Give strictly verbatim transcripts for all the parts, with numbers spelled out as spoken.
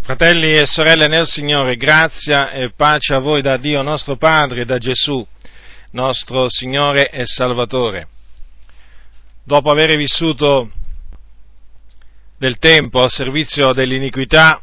Fratelli e sorelle nel Signore, grazia e pace a voi da Dio nostro Padre e da Gesù, nostro Signore e Salvatore. Dopo aver vissuto del tempo al servizio dell'iniquità,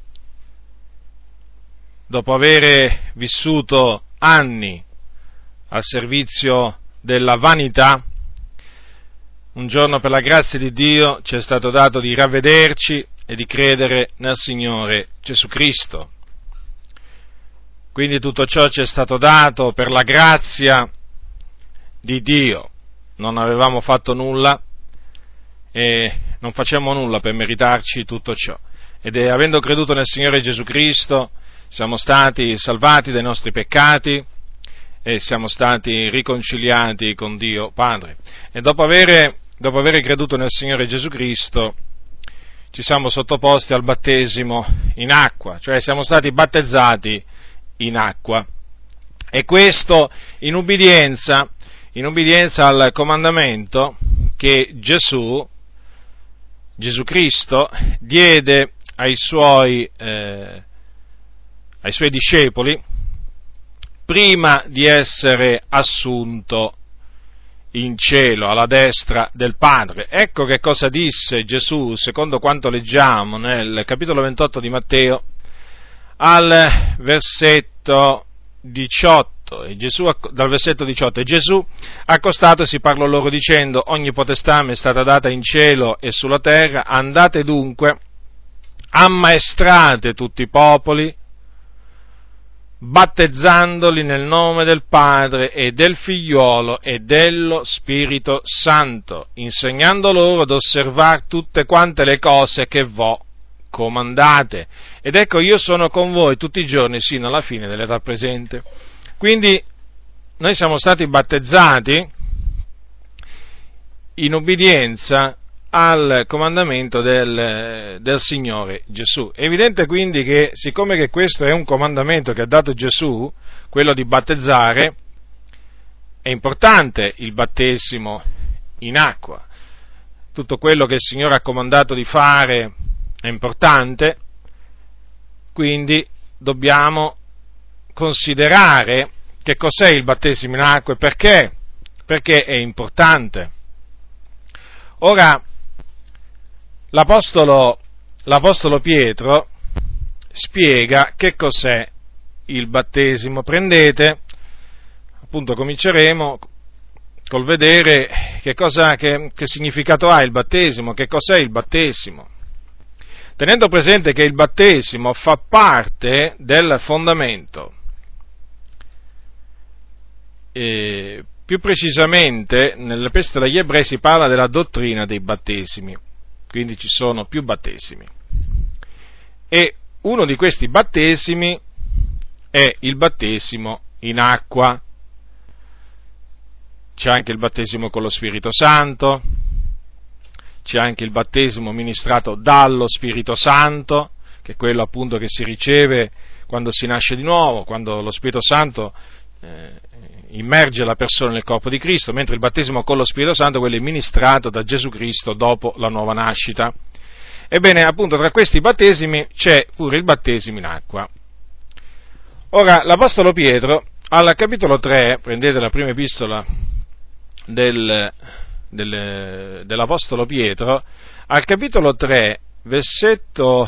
dopo aver vissuto anni al servizio della vanità, un giorno per la grazia di Dio ci è stato dato di ravvederci e di credere nel Signore Gesù Cristo. Quindi tutto ciò ci è stato dato per la grazia di Dio. Non avevamo fatto nulla e non facciamo nulla per meritarci tutto ciò. Ed è avendo creduto nel Signore Gesù Cristo siamo stati salvati dai nostri peccati e siamo stati riconciliati con Dio Padre. E dopo avere, dopo avere creduto nel Signore Gesù Cristo ci siamo sottoposti al battesimo in acqua, cioè siamo stati battezzati in acqua. E questo in ubbidienza, in ubbidienza al comandamento che Gesù, Gesù Cristo, diede ai suoi, eh, ai suoi discepoli prima di essere assunto in cielo, alla destra del Padre. Ecco che cosa disse Gesù, secondo quanto leggiamo nel capitolo ventotto di Matteo, al versetto diciotto, e Gesù, dal versetto diciotto, e Gesù, accostatosi, parlò loro dicendo: ogni potestà mi è stata data in cielo e sulla terra, andate dunque, ammaestrate tutti i popoli, battezzandoli nel nome del Padre e del Figliolo e dello Spirito Santo, insegnando loro ad osservare tutte quante le cose che v'ho comandate. Ed ecco, io sono con voi tutti i giorni sino alla fine dell'età presente. Quindi noi siamo stati battezzati in ubbidienza al comandamento del, del Signore Gesù. È evidente quindi che, siccome che questo è un comandamento che ha dato Gesù, quello di battezzare, è importante il battesimo in acqua. Tutto quello che il Signore ha comandato di fare è importante, quindi dobbiamo considerare che cos'è il battesimo in acqua e perché, perché è importante. Ora, L'Apostolo, l'Apostolo Pietro spiega che cos'è il battesimo. Prendete, appunto cominceremo col vedere che, cosa, che, che significato ha il battesimo, che cos'è il battesimo. Tenendo presente che il battesimo fa parte del fondamento, e più precisamente nell'Epistola agli Ebrei si parla della dottrina dei battesimi. Quindi ci sono più battesimi. E uno di questi battesimi è il battesimo in acqua. C'è anche il battesimo con lo Spirito Santo, c'è anche il battesimo ministrato dallo Spirito Santo, che è quello appunto che si riceve quando si nasce di nuovo, quando lo Spirito Santo eh, immerge la persona nel corpo di Cristo, mentre il battesimo con lo Spirito Santo, quello è ministrato da Gesù Cristo dopo la nuova nascita. Ebbene, appunto, tra questi battesimi c'è pure il battesimo in acqua. Ora, l'Apostolo Pietro, al capitolo tre, prendete la prima epistola del, del, dell'Apostolo Pietro, al capitolo tre, versetto,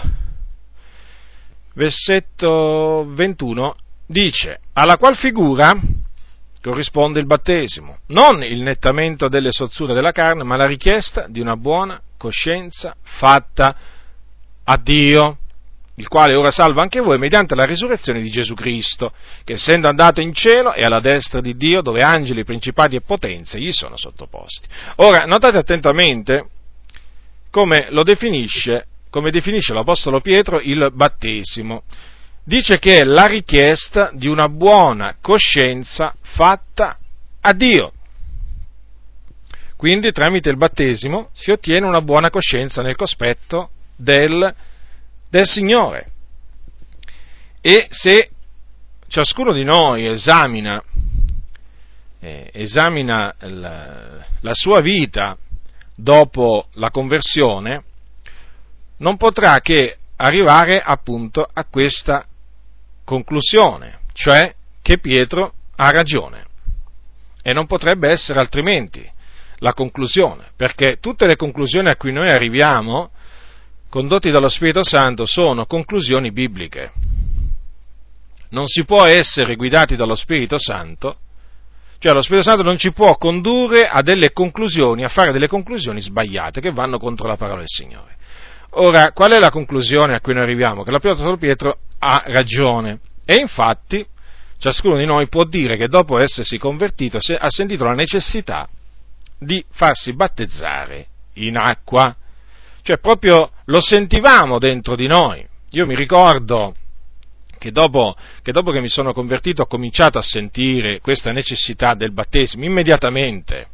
versetto ventuno, dice: alla qual figura corrisponde il battesimo, non il nettamento delle sozzure della carne, ma la richiesta di una buona coscienza fatta a Dio, il quale ora salva anche voi mediante la risurrezione di Gesù Cristo, che essendo andato in cielo è alla destra di Dio, dove angeli, principati e potenze gli sono sottoposti. Ora, notate attentamente come lo definisce, come definisce l'Apostolo Pietro il battesimo. Dice che è la richiesta di una buona coscienza fatta a Dio. Quindi tramite il battesimo si ottiene una buona coscienza nel cospetto del, del Signore. E se ciascuno di noi esamina, eh, esamina la, la sua vita dopo la conversione, non potrà che arrivare appunto a questa conclusione, cioè che Pietro ha ragione. E non potrebbe essere altrimenti la conclusione, perché tutte le conclusioni a cui noi arriviamo, condotti dallo Spirito Santo, sono conclusioni bibliche. Non si può essere guidati dallo Spirito Santo, cioè lo Spirito Santo non ci può condurre a delle conclusioni, a fare delle conclusioni sbagliate che vanno contro la parola del Signore. Ora, qual è la conclusione a cui noi arriviamo? Che l'Apostolo Pietro ha ragione, e infatti ciascuno di noi può dire che dopo essersi convertito ha sentito la necessità di farsi battezzare in acqua, cioè proprio lo sentivamo dentro di noi. Io mi ricordo che dopo, che dopo che mi sono convertito ho cominciato a sentire questa necessità del battesimo immediatamente,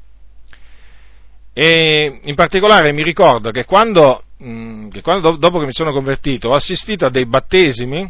e in particolare mi ricordo che quando, mh, che quando dopo che mi sono convertito ho assistito a dei battesimi,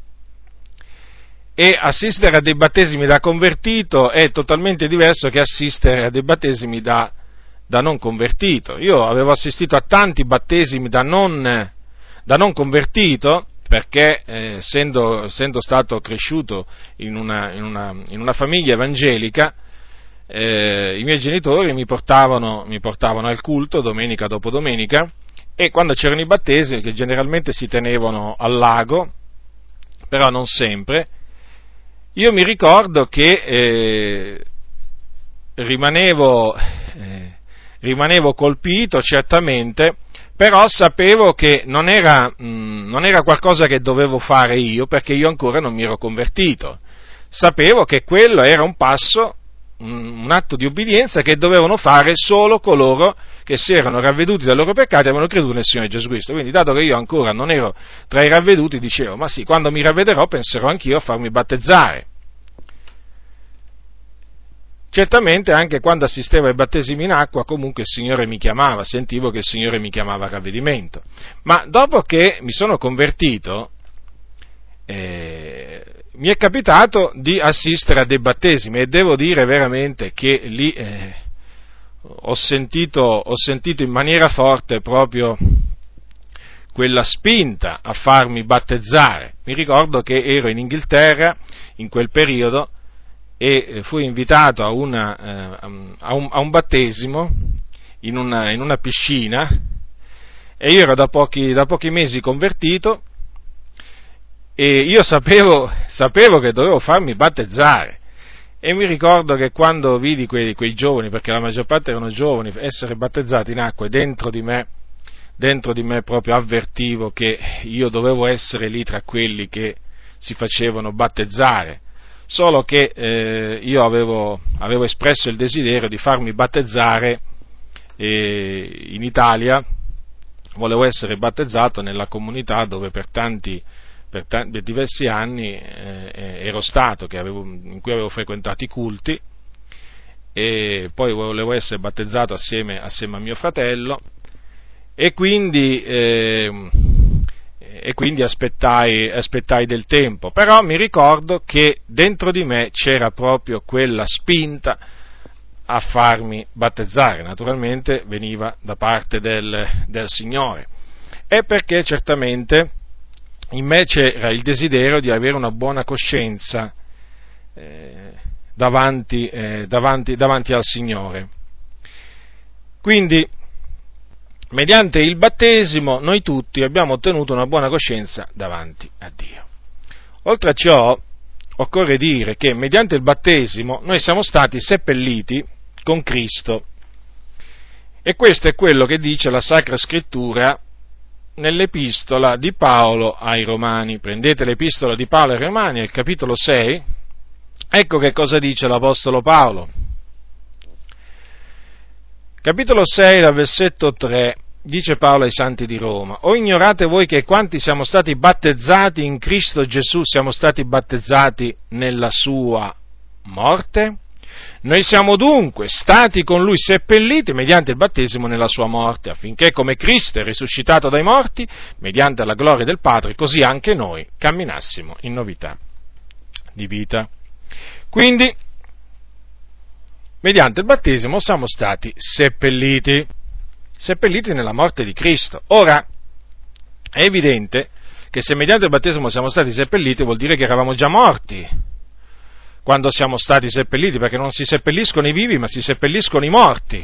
e assistere a dei battesimi da convertito è totalmente diverso che assistere a dei battesimi da, da non convertito. Io avevo assistito a tanti battesimi da non, da non convertito, perché eh, essendo, essendo stato cresciuto in una, in una, in una famiglia evangelica, eh, i miei genitori mi portavano, mi portavano al culto domenica dopo domenica, e quando c'erano i battesimi, che generalmente si tenevano al lago, però non sempre, io mi ricordo che eh, rimanevo, eh, rimanevo colpito certamente, però sapevo che non era, mh, non era qualcosa che dovevo fare io, perché io ancora non mi ero convertito. Sapevo che quello era un passo, un, un atto di obbedienza che dovevano fare solo coloro che si erano ravveduti dai loro peccati e avevano creduto nel Signore Gesù Cristo. Quindi, dato che io ancora non ero tra i ravveduti, dicevo, ma sì, quando mi ravvederò penserò anch'io a farmi battezzare. Certamente anche quando assistevo ai battesimi in acqua, comunque il Signore mi chiamava, sentivo che il Signore mi chiamava a ravvedimento. Ma dopo che mi sono convertito, eh, mi è capitato di assistere a dei battesimi, e devo dire veramente che lì eh, ho sentito, ho sentito in maniera forte proprio quella spinta a farmi battezzare. Mi ricordo che ero in Inghilterra in quel periodo, e fui invitato a, una, eh, a, un, a un battesimo in una, in una piscina, e io ero da pochi, da pochi mesi convertito, e io sapevo, sapevo che dovevo farmi battezzare, e mi ricordo che quando vidi quei, quei giovani, perché la maggior parte erano giovani, essere battezzati in acqua, e dentro di me, dentro di me proprio avvertivo che io dovevo essere lì tra quelli che si facevano battezzare. Solo che eh, io avevo, avevo espresso il desiderio di farmi battezzare eh, in Italia, volevo essere battezzato nella comunità dove per tanti, per, tanti, per diversi anni eh, ero stato, che avevo, in cui avevo frequentato i culti, e poi volevo essere battezzato assieme, assieme a mio fratello, e quindi... Eh, e quindi aspettai, aspettai del tempo, però mi ricordo che dentro di me c'era proprio quella spinta a farmi battezzare. Naturalmente veniva da parte del, del Signore, e perché certamente in me c'era il desiderio di avere una buona coscienza eh, davanti, eh, davanti, davanti al Signore. Quindi, mediante il battesimo noi tutti abbiamo ottenuto una buona coscienza davanti a Dio. Oltre a ciò, occorre dire che mediante il battesimo noi siamo stati seppelliti con Cristo, e questo è quello che dice la Sacra Scrittura nell'Epistola di Paolo ai Romani. Prendete l'Epistola di Paolo ai Romani, al capitolo sei, ecco che cosa dice l'Apostolo Paolo. Capitolo sei, dal versetto tre, dice Paolo ai Santi di Roma: o ignorate voi che quanti siamo stati battezzati in Cristo Gesù siamo stati battezzati nella sua morte? Noi siamo dunque stati con Lui seppelliti mediante il battesimo nella sua morte, affinché come Cristo è risuscitato dai morti, mediante la gloria del Padre, così anche noi camminassimo in novità di vita. Quindi, mediante il battesimo siamo stati seppelliti, seppelliti nella morte di Cristo. Ora, è evidente che se mediante il battesimo siamo stati seppelliti vuol dire che eravamo già morti quando siamo stati seppelliti, perché non si seppelliscono i vivi ma si seppelliscono i morti.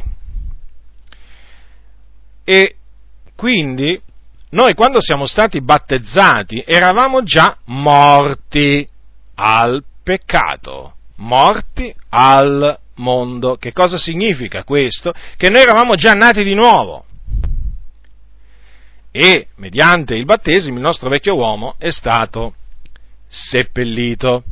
E quindi noi quando siamo stati battezzati eravamo già morti al peccato, morti al mondo. Che cosa significa questo? Che noi eravamo già nati di nuovo e mediante il battesimo il nostro vecchio uomo è stato seppellito.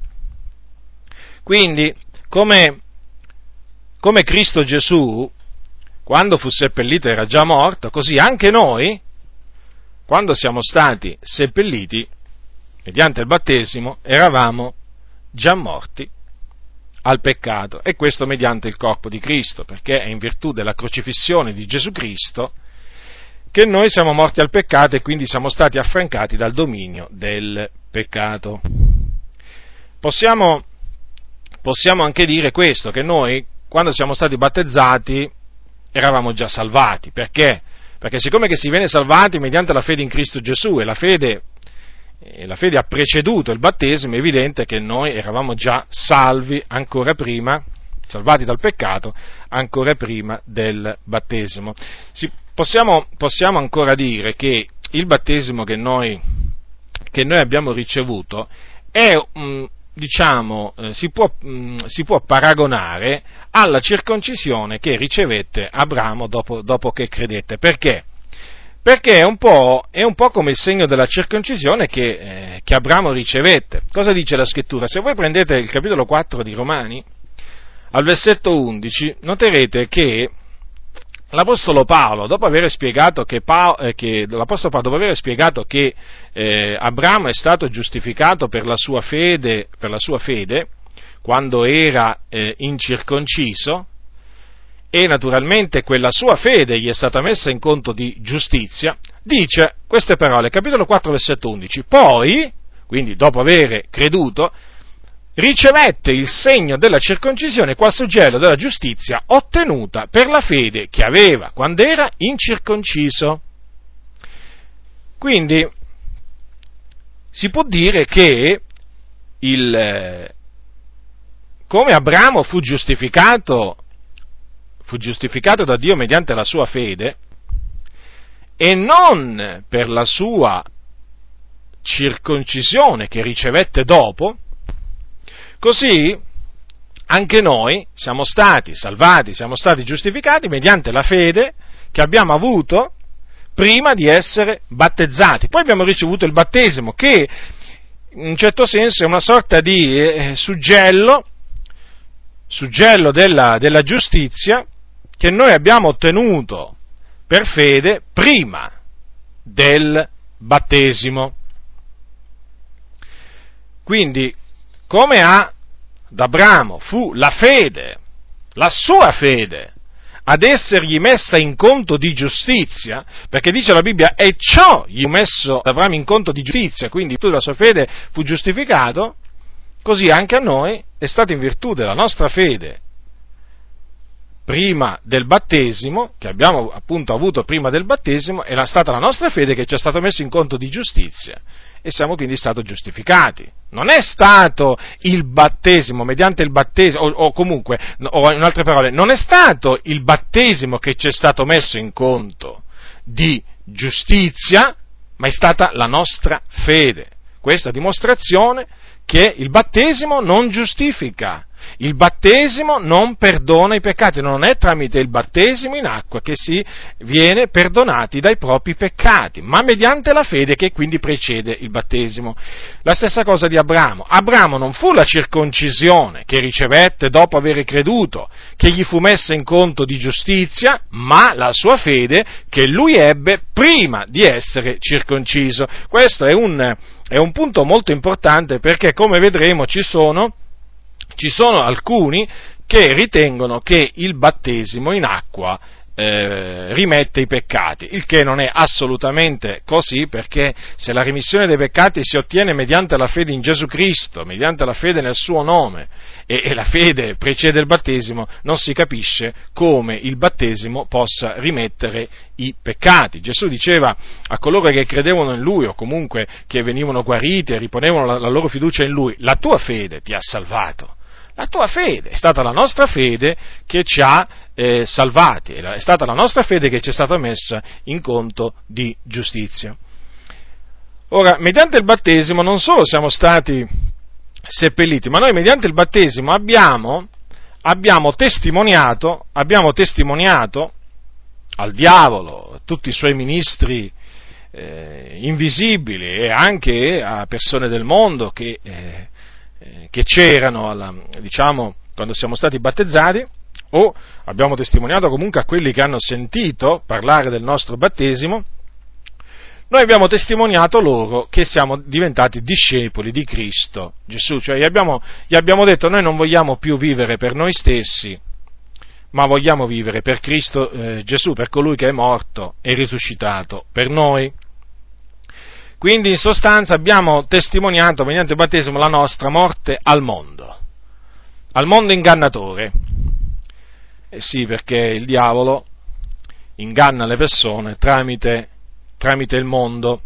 Quindi, come, come Cristo Gesù, quando fu seppellito era già morto, così anche noi, quando siamo stati seppelliti, mediante il battesimo, eravamo già morti al peccato, e questo mediante il corpo di Cristo, perché è in virtù della crocifissione di Gesù Cristo che noi siamo morti al peccato e quindi siamo stati affrancati dal dominio del peccato. Possiamo, possiamo anche dire questo, che noi, quando siamo stati battezzati, eravamo già salvati. Perché? Perché siccome che si viene salvati mediante la fede in Cristo Gesù, e la fede, e la fede ha preceduto il battesimo, è evidente che noi eravamo già salvi ancora prima, salvati dal peccato, ancora prima del battesimo. Si, possiamo, possiamo ancora dire che il battesimo che noi, che noi abbiamo ricevuto è, mh, diciamo, eh, si può, mh, si può paragonare alla circoncisione che ricevette Abramo dopo, dopo che credette. Perché? Perché è un po', è un po' come il segno della circoncisione che, eh, che Abramo ricevette. Cosa dice la Scrittura? Se voi prendete il capitolo quattro di Romani, al versetto undici, noterete che l'Apostolo Paolo, dopo aver spiegato che, Paolo, eh, che, l'Apostolo Paolo, dopo aver spiegato che eh, Abramo è stato giustificato per la sua fede, per la sua fede quando era eh, incirconciso, e naturalmente quella sua fede gli è stata messa in conto di giustizia, dice queste parole, capitolo quattro, versetto undici, poi, quindi dopo aver creduto, ricevette il segno della circoncisione qual suggello della giustizia ottenuta per la fede che aveva quando era incirconciso. Quindi si può dire che il, come Abramo fu giustificato, fu giustificato da Dio mediante la sua fede e non per la sua circoncisione che ricevette dopo, così anche noi siamo stati salvati, siamo stati giustificati mediante la fede che abbiamo avuto prima di essere battezzati. Poi abbiamo ricevuto il battesimo, che in un certo senso è una sorta di eh, suggello, suggello della, della giustizia che noi abbiamo ottenuto per fede prima del battesimo. Quindi, come ad Abramo fu la fede, la sua fede, ad essergli messa in conto di giustizia, perché dice la Bibbia, e ciò gli fu messo ad Abramo in conto di giustizia, quindi in virtù della sua fede fu giustificato, così anche a noi è stato in virtù della nostra fede prima del battesimo, che abbiamo appunto avuto prima del battesimo, è stata la nostra fede che ci è stato messo in conto di giustizia e siamo quindi stati giustificati. Non è stato il battesimo, mediante il battesimo, o, o comunque, o in altre parole, non è stato il battesimo che ci è stato messo in conto di giustizia, ma è stata la nostra fede. Questa è dimostrazione che il battesimo non giustifica. Il battesimo non perdona i peccati, non è tramite il battesimo in acqua che si viene perdonati dai propri peccati, ma mediante la fede che quindi precede il battesimo. La stessa cosa di Abramo. Abramo non fu la circoncisione che ricevette dopo aver creduto, che gli fu messa in conto di giustizia, ma la sua fede che lui ebbe prima di essere circonciso. Questo è un, è un punto molto importante, perché, come vedremo, ci sono Ci sono alcuni che ritengono che il battesimo in acqua eh, rimette i peccati, il che non è assolutamente così, perché se la remissione dei peccati si ottiene mediante la fede in Gesù Cristo, mediante la fede nel suo nome, e, e la fede precede il battesimo, non si capisce come il battesimo possa rimettere i peccati. Gesù diceva a coloro che credevano in Lui, o comunque che venivano guariti e riponevano la, la loro fiducia in Lui: la tua fede ti ha salvato. La tua fede, è stata la nostra fede che ci ha eh, salvati, è stata la nostra fede che ci è stata messa in conto di giustizia. Ora, mediante il battesimo non solo siamo stati seppelliti, ma noi mediante il battesimo abbiamo, abbiamo testimoniato, abbiamo testimoniato al diavolo, a tutti i suoi ministri eh, invisibili e anche a persone del mondo che eh, che c'erano, alla, diciamo, quando siamo stati battezzati, o abbiamo testimoniato comunque a quelli che hanno sentito parlare del nostro battesimo. Noi abbiamo testimoniato loro che siamo diventati discepoli di Cristo Gesù, cioè gli abbiamo, gli abbiamo detto: noi non vogliamo più vivere per noi stessi, ma vogliamo vivere per Cristo eh, Gesù, per colui che è morto e risuscitato per noi. Quindi in sostanza abbiamo testimoniato mediante il battesimo la nostra morte al mondo, al mondo ingannatore. Eh sì, perché il diavolo inganna le persone tramite, tramite il mondo.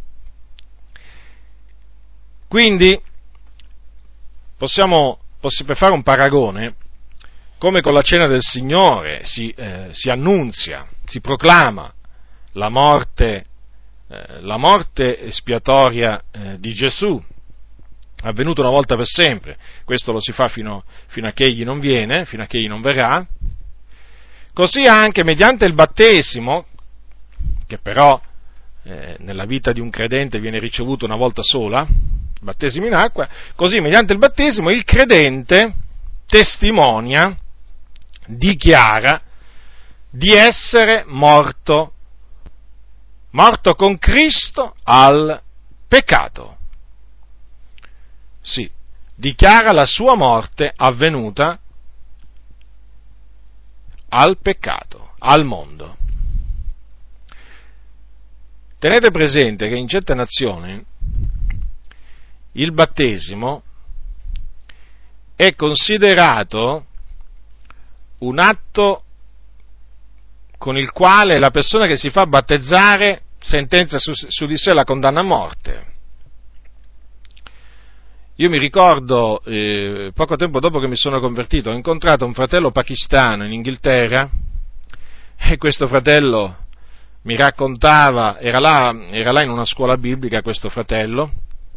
Quindi possiamo, possiamo, per fare un paragone, come con la cena del Signore si, eh, si annunzia, si proclama la morte la morte espiatoria eh, di Gesù, avvenuta una volta per sempre. Questo lo si fa fino, fino a che egli non viene, fino a che egli non verrà. Così anche mediante il battesimo, che però eh, nella vita di un credente viene ricevuto una volta sola, il battesimo in acqua, così mediante il battesimo il credente testimonia, dichiara di essere morto morto con Cristo al peccato. Sì, dichiara la sua morte avvenuta al peccato, al mondo. Tenete presente che in certe nazioni il battesimo è considerato un atto con il quale la persona che si fa battezzare sentenza su, su di sé la condanna a morte. Io mi ricordo, eh, poco tempo dopo che mi sono convertito, ho incontrato un fratello pakistano in Inghilterra, e questo fratello mi raccontava, era là, era là in una scuola biblica questo fratello,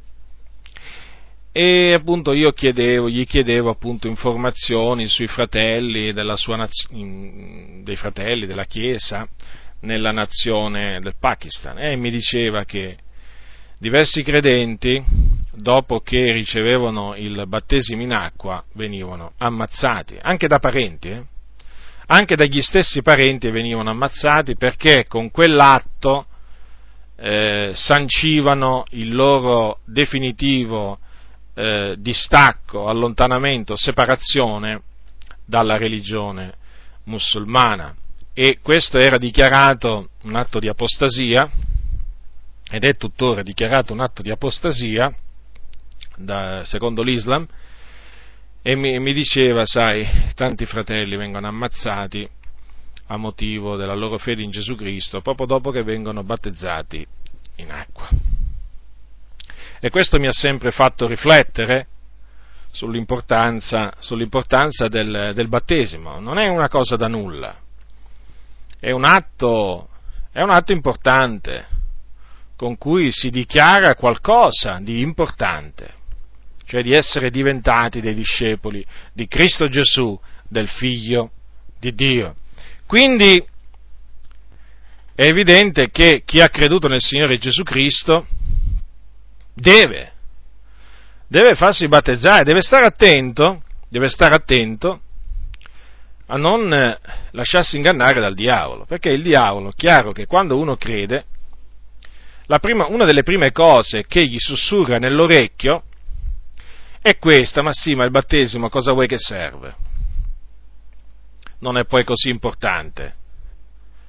e appunto io chiedevo, gli chiedevo appunto informazioni sui fratelli della sua naz- dei fratelli della Chiesa nella nazione del Pakistan, e mi diceva che diversi credenti, dopo che ricevevano il battesimo in acqua, venivano ammazzati, anche da parenti, eh? anche dagli stessi parenti venivano ammazzati, perché con quell'atto eh, sancivano il loro definitivo eh, distacco, allontanamento, separazione dalla religione musulmana. E questo era dichiarato un atto di apostasia, ed è tuttora dichiarato un atto di apostasia da, secondo l'Islam, e mi, mi diceva, sai, tanti fratelli vengono ammazzati a motivo della loro fede in Gesù Cristo proprio dopo che vengono battezzati in acqua. E questo mi ha sempre fatto riflettere sull'importanza, sull'importanza del, del battesimo. Non è una cosa da nulla, è un atto, è un atto importante, con cui si dichiara qualcosa di importante, cioè di essere diventati dei discepoli di Cristo Gesù, del Figlio di Dio. Quindi è evidente che chi ha creduto nel Signore Gesù Cristo deve, deve farsi battezzare, deve stare attento, deve stare attento a non lasciarsi ingannare dal diavolo, perché il diavolo, chiaro che quando uno crede, la prima, una delle prime cose che gli sussurra nell'orecchio è questa: ma sì, ma il battesimo cosa vuoi che serve? Non è poi così importante.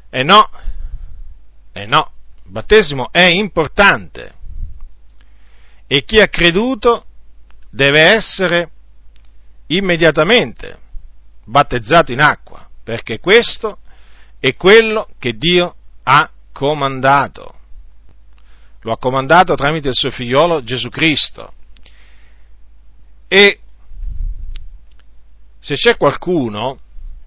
E no, e no, il battesimo è importante e chi ha creduto deve essere immediatamente battezzato in acqua, perché questo è quello che Dio ha comandato. Lo ha comandato tramite il suo figliolo Gesù Cristo. E se c'è qualcuno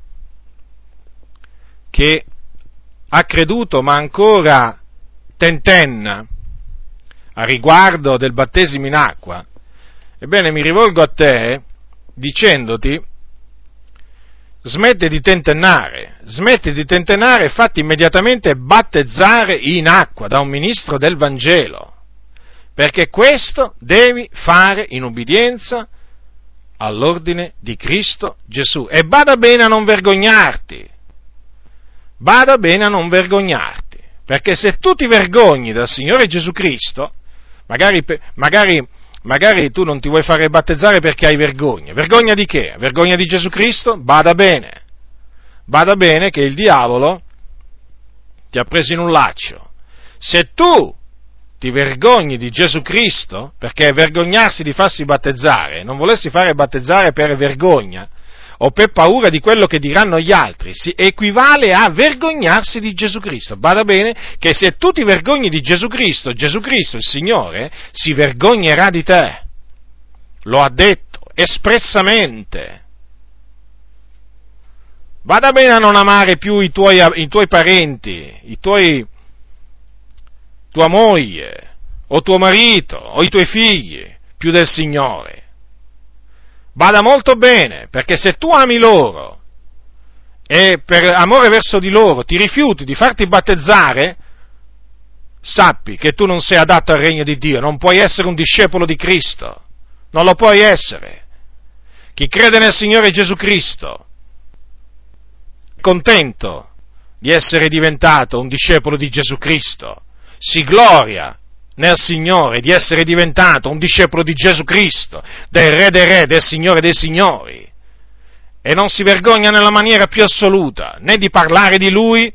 che ha creduto ma ancora tentenna a riguardo del battesimo in acqua, ebbene mi rivolgo a te dicendoti: smetti di tentennare, smetti di tentennare e fatti immediatamente battezzare in acqua da un ministro del Vangelo, perché questo devi fare in ubbidienza all'ordine di Cristo Gesù. E bada bene a non vergognarti, bada bene a non vergognarti, perché se tu ti vergogni del Signore Gesù Cristo, magari, magari, magari tu non ti vuoi fare battezzare perché hai vergogna. Vergogna di che? Vergogna di Gesù Cristo? Bada bene, bada bene che il diavolo ti ha preso in un laccio. Se tu ti vergogni di Gesù Cristo, perché vergognarsi di farsi battezzare, non volessi fare battezzare per vergogna o per paura di quello che diranno gli altri, si equivale a vergognarsi di Gesù Cristo. Bada bene che se tu ti vergogni di Gesù Cristo, Gesù Cristo, il Signore, si vergognerà di te. Lo ha detto espressamente. Bada bene a non amare più i tuoi, i tuoi parenti, i tuoi tua moglie, o tuo marito, o i tuoi figli, più del Signore. Bada molto bene, perché se tu ami loro, e per amore verso di loro ti rifiuti di farti battezzare, sappi che tu non sei adatto al regno di Dio, non puoi essere un discepolo di Cristo, non lo puoi essere. Chi crede nel Signore Gesù Cristo, è contento di essere diventato un discepolo di Gesù Cristo, si gloria nel Signore di essere diventato un discepolo di Gesù Cristo, del Re dei Re, del Signore dei Signori, e non si vergogna nella maniera più assoluta né di parlare di Lui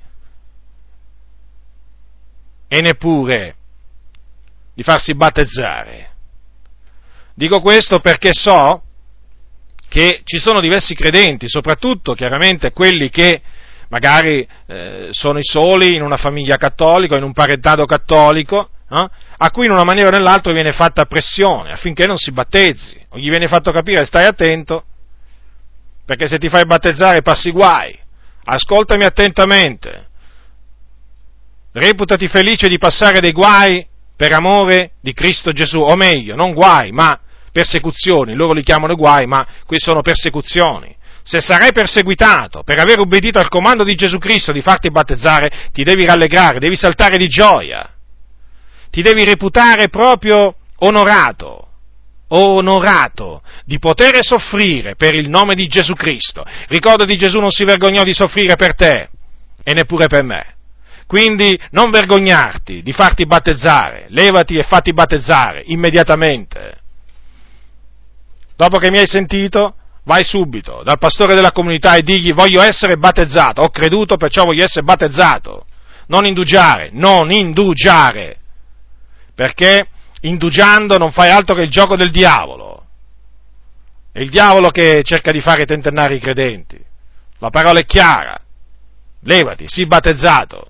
e neppure di farsi battezzare. Dico questo perché so che ci sono diversi credenti, soprattutto chiaramente quelli che magari eh, sono i soli in una famiglia cattolica, in un parentado cattolico, eh, a cui in una maniera o nell'altra viene fatta pressione affinché non si battezzi, o gli viene fatto capire: stai attento, perché se ti fai battezzare passi guai. Ascoltami attentamente, reputati felice di passare dei guai per amore di Cristo Gesù, o meglio, non guai, ma persecuzioni. Loro li chiamano guai, ma qui sono persecuzioni. Se sarai perseguitato per aver ubbidito al comando di Gesù Cristo di farti battezzare, ti devi rallegrare, devi saltare di gioia, ti devi reputare proprio onorato, onorato di poter soffrire per il nome di Gesù Cristo. Ricordati, Gesù non si vergognò di soffrire per te e neppure per me. Quindi non vergognarti di farti battezzare, levati e fatti battezzare immediatamente. Dopo che mi hai sentito, vai subito dal pastore della comunità e digli: voglio essere battezzato, ho creduto, perciò voglio essere battezzato. Non indugiare, non indugiare, perché indugiando non fai altro che il gioco del diavolo. È il diavolo che cerca di fare tentennare i credenti. La parola è chiara: levati, sii battezzato.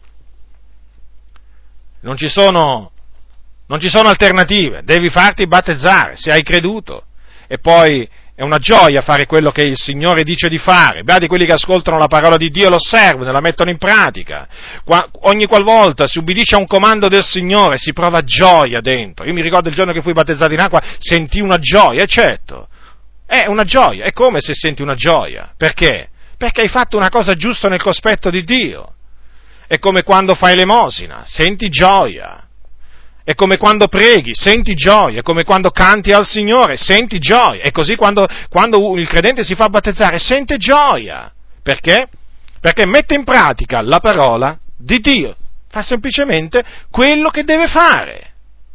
Non ci sono, non ci sono alternative, devi farti battezzare se hai creduto. E poi è una gioia fare quello che il Signore dice di fare. Beati quelli che ascoltano la parola di Dio e lo osservano, la mettono in pratica. Qua, ogni qualvolta si ubbidisce a un comando del Signore si prova gioia dentro. Io mi ricordo il giorno che fui battezzato in acqua, sentii una gioia, e certo, è una gioia, è come se senti una gioia. Perché? Perché hai fatto una cosa giusta nel cospetto di Dio. È come quando fai l'emosina, senti gioia. È come quando preghi, senti gioia, è come quando canti al Signore, senti gioia, e così quando, quando il credente si fa battezzare, sente gioia. Perché? Perché mette in pratica la parola di Dio, fa semplicemente quello che deve fare.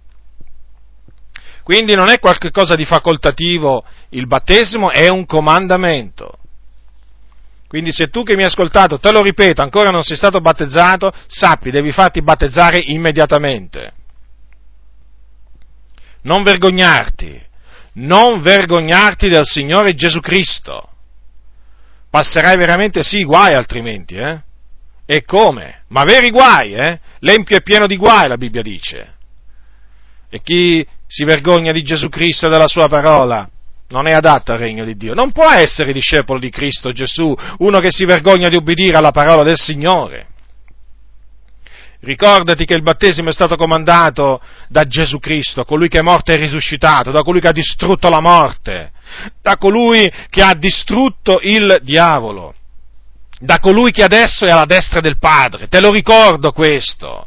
Quindi non è qualcosa di facoltativo il battesimo, è un comandamento. Quindi se tu che mi hai ascoltato, te lo ripeto, ancora non sei stato battezzato, sappi, devi farti battezzare immediatamente. Non vergognarti, non vergognarti del Signore Gesù Cristo. Passerai veramente sì guai altrimenti, eh? E come? Ma veri guai, eh? L'empio è pieno di guai, la Bibbia dice. E chi si vergogna di Gesù Cristo e della sua parola non è adatto al regno di Dio. Non può essere discepolo di Cristo Gesù uno che si vergogna di obbedire alla parola del Signore. Ricordati che il battesimo è stato comandato da Gesù Cristo, colui che è morto e risuscitato, da colui che ha distrutto la morte, da colui che ha distrutto il diavolo, da colui che adesso è alla destra del Padre. Te lo ricordo questo.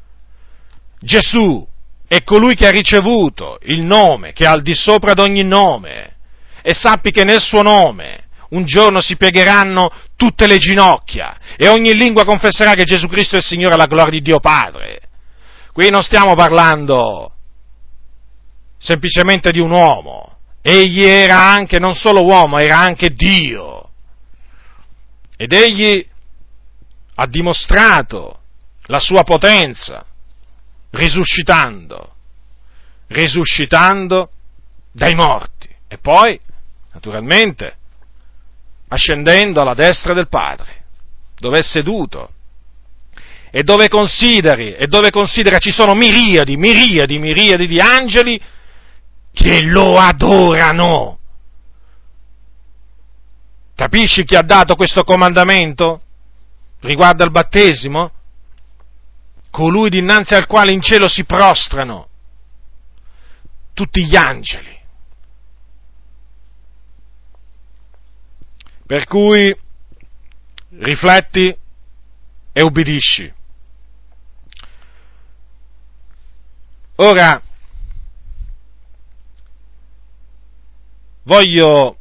Gesù è colui che ha ricevuto il nome, che è al di sopra di ogni nome, e sappi che nel suo nome un giorno si piegheranno tutte le ginocchia e ogni lingua confesserà che Gesù Cristo è il Signore alla gloria di Dio Padre. Qui non stiamo parlando semplicemente di un uomo, egli era anche non solo uomo, era anche Dio, ed egli ha dimostrato la sua potenza risuscitando, risuscitando dai morti e poi, naturalmente, ascendendo alla destra del Padre, dove è seduto e dove consideri, e dove considera ci sono miriadi, miriadi, miriadi di angeli che lo adorano. Capisci chi ha dato questo comandamento riguardo al battesimo? Colui dinanzi al quale in cielo si prostrano tutti gli angeli. Per cui rifletti e ubbidisci. Ora, voglio,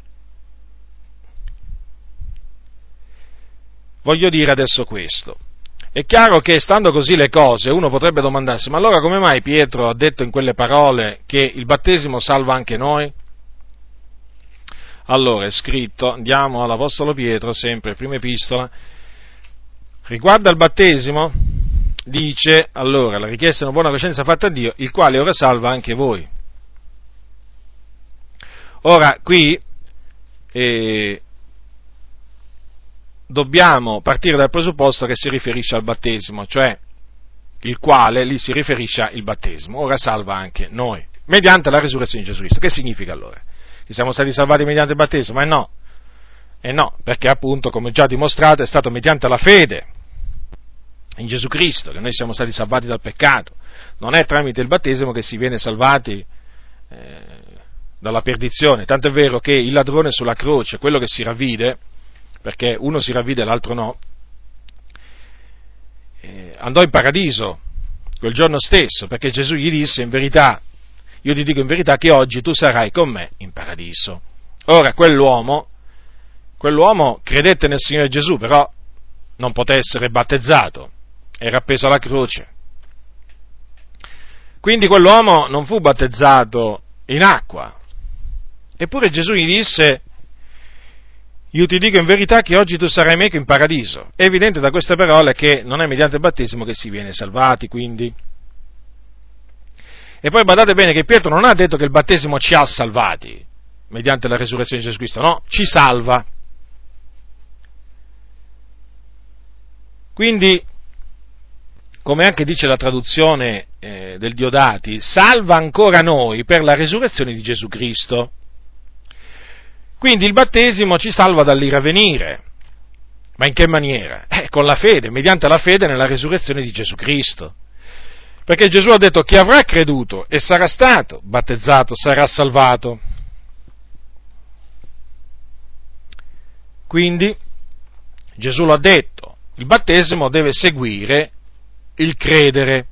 voglio dire adesso questo. È chiaro che, stando così le cose, uno potrebbe domandarsi, ma allora come mai Pietro ha detto in quelle parole che il battesimo salva anche noi? Allora, è scritto, andiamo all'Apostolo Pietro, sempre, prima epistola, riguardo al battesimo, dice, allora, la richiesta è una buona coscienza fatta a Dio, il quale ora salva anche voi. Ora, qui, eh, dobbiamo partire dal presupposto che si riferisce al battesimo, cioè il quale lì si riferisce al battesimo, ora salva anche noi, mediante la resurrezione di Gesù Cristo. Che significa allora? Che siamo stati salvati mediante il battesimo? Eh no, eh no, perché appunto, come già dimostrato, è stato mediante la fede in Gesù Cristo che noi siamo stati salvati dal peccato, non è tramite il battesimo che si viene salvati eh, dalla perdizione, tanto è vero che il ladrone sulla croce, quello che si ravvide, perché uno si ravvide e l'altro no, eh, andò in paradiso quel giorno stesso, perché Gesù gli disse, in verità, io ti dico in verità che oggi tu sarai con me in paradiso. Ora, quell'uomo, quell'uomo credette nel Signore Gesù, però non poté essere battezzato, era appeso alla croce. Quindi quell'uomo non fu battezzato in acqua, eppure Gesù gli disse, io ti dico in verità che oggi tu sarai meco in paradiso. È evidente da queste parole che non è mediante il battesimo che si viene salvati, quindi. E poi badate bene che Pietro non ha detto che il battesimo ci ha salvati, mediante la resurrezione di Gesù Cristo, no, ci salva. Quindi, come anche dice la traduzione eh, del Diodati, salva ancora noi per la resurrezione di Gesù Cristo. Quindi il battesimo ci salva dall'ira a venire. Ma in che maniera? Eh, con la fede, mediante la fede nella resurrezione di Gesù Cristo. Perché Gesù ha detto, chi avrà creduto e sarà stato battezzato sarà salvato. Quindi, Gesù l'ha detto, il battesimo deve seguire il credere.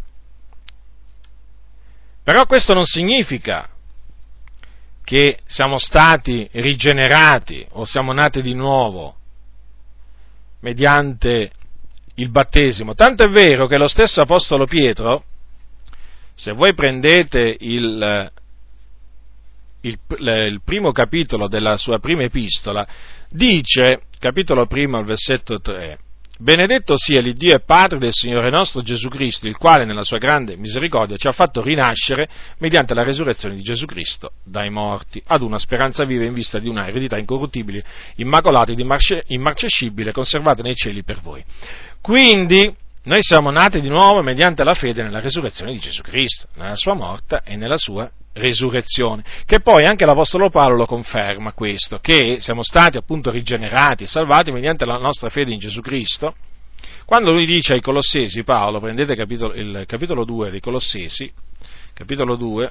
Però questo non significa che siamo stati rigenerati o siamo nati di nuovo mediante il battesimo. Tanto è vero che lo stesso Apostolo Pietro, se voi prendete il, il, il primo capitolo della sua prima epistola, dice capitolo primo, al versetto tre. Benedetto sia l'Iddio e Padre del Signore nostro Gesù Cristo, il quale nella sua grande misericordia ci ha fatto rinascere mediante la resurrezione di Gesù Cristo dai morti, ad una speranza viva in vista di una eredità incorruttibile, immacolata ed immarcescibile, conservata nei cieli per voi. Quindi, noi siamo nati di nuovo mediante la fede nella resurrezione di Gesù Cristo, nella sua morte e nella sua resurrezione, che poi anche l'Apostolo Paolo lo conferma questo, che siamo stati appunto rigenerati e salvati mediante la nostra fede in Gesù Cristo, quando lui dice ai Colossesi, Paolo, prendete capitolo, il capitolo due dei Colossesi, capitolo due,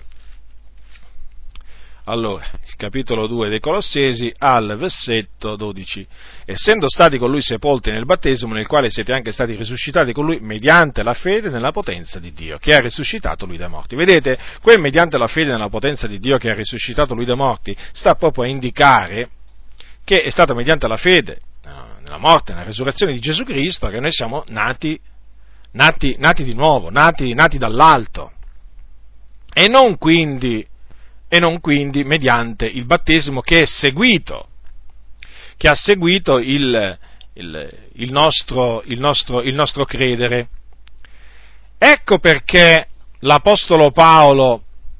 allora, il capitolo due dei Colossesi al versetto dodici, essendo stati con lui sepolti nel battesimo nel quale siete anche stati risuscitati con lui mediante la fede nella potenza di Dio che ha risuscitato lui dai morti. Vedete, quel mediante la fede nella potenza di Dio che ha risuscitato lui dai morti sta proprio a indicare che è stata mediante la fede nella morte e nella resurrezione di Gesù Cristo che noi siamo nati, nati, nati di nuovo, nati, nati dall'alto, e non quindi e non quindi mediante il battesimo che è seguito, che ha seguito il, il, il, nostro, il, nostro, il nostro credere. Ecco perché l'Apostolo Paolo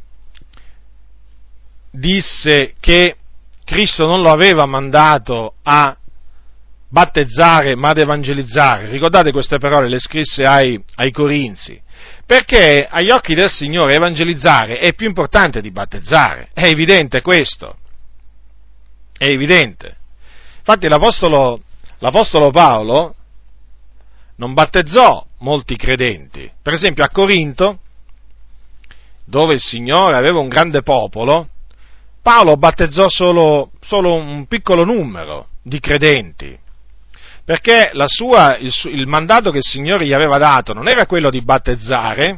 disse che Cristo non lo aveva mandato a battezzare ma ad evangelizzare. Ricordate queste parole, le scrisse ai, ai Corinzi. Perché agli occhi del Signore evangelizzare è più importante di battezzare, è evidente questo, è evidente. Infatti l'Apostolo, l'Apostolo Paolo non battezzò molti credenti, per esempio a Corinto, dove il Signore aveva un grande popolo, Paolo battezzò solo, solo un piccolo numero di credenti. Perché la sua, il, il mandato che il Signore gli aveva dato non era quello di battezzare,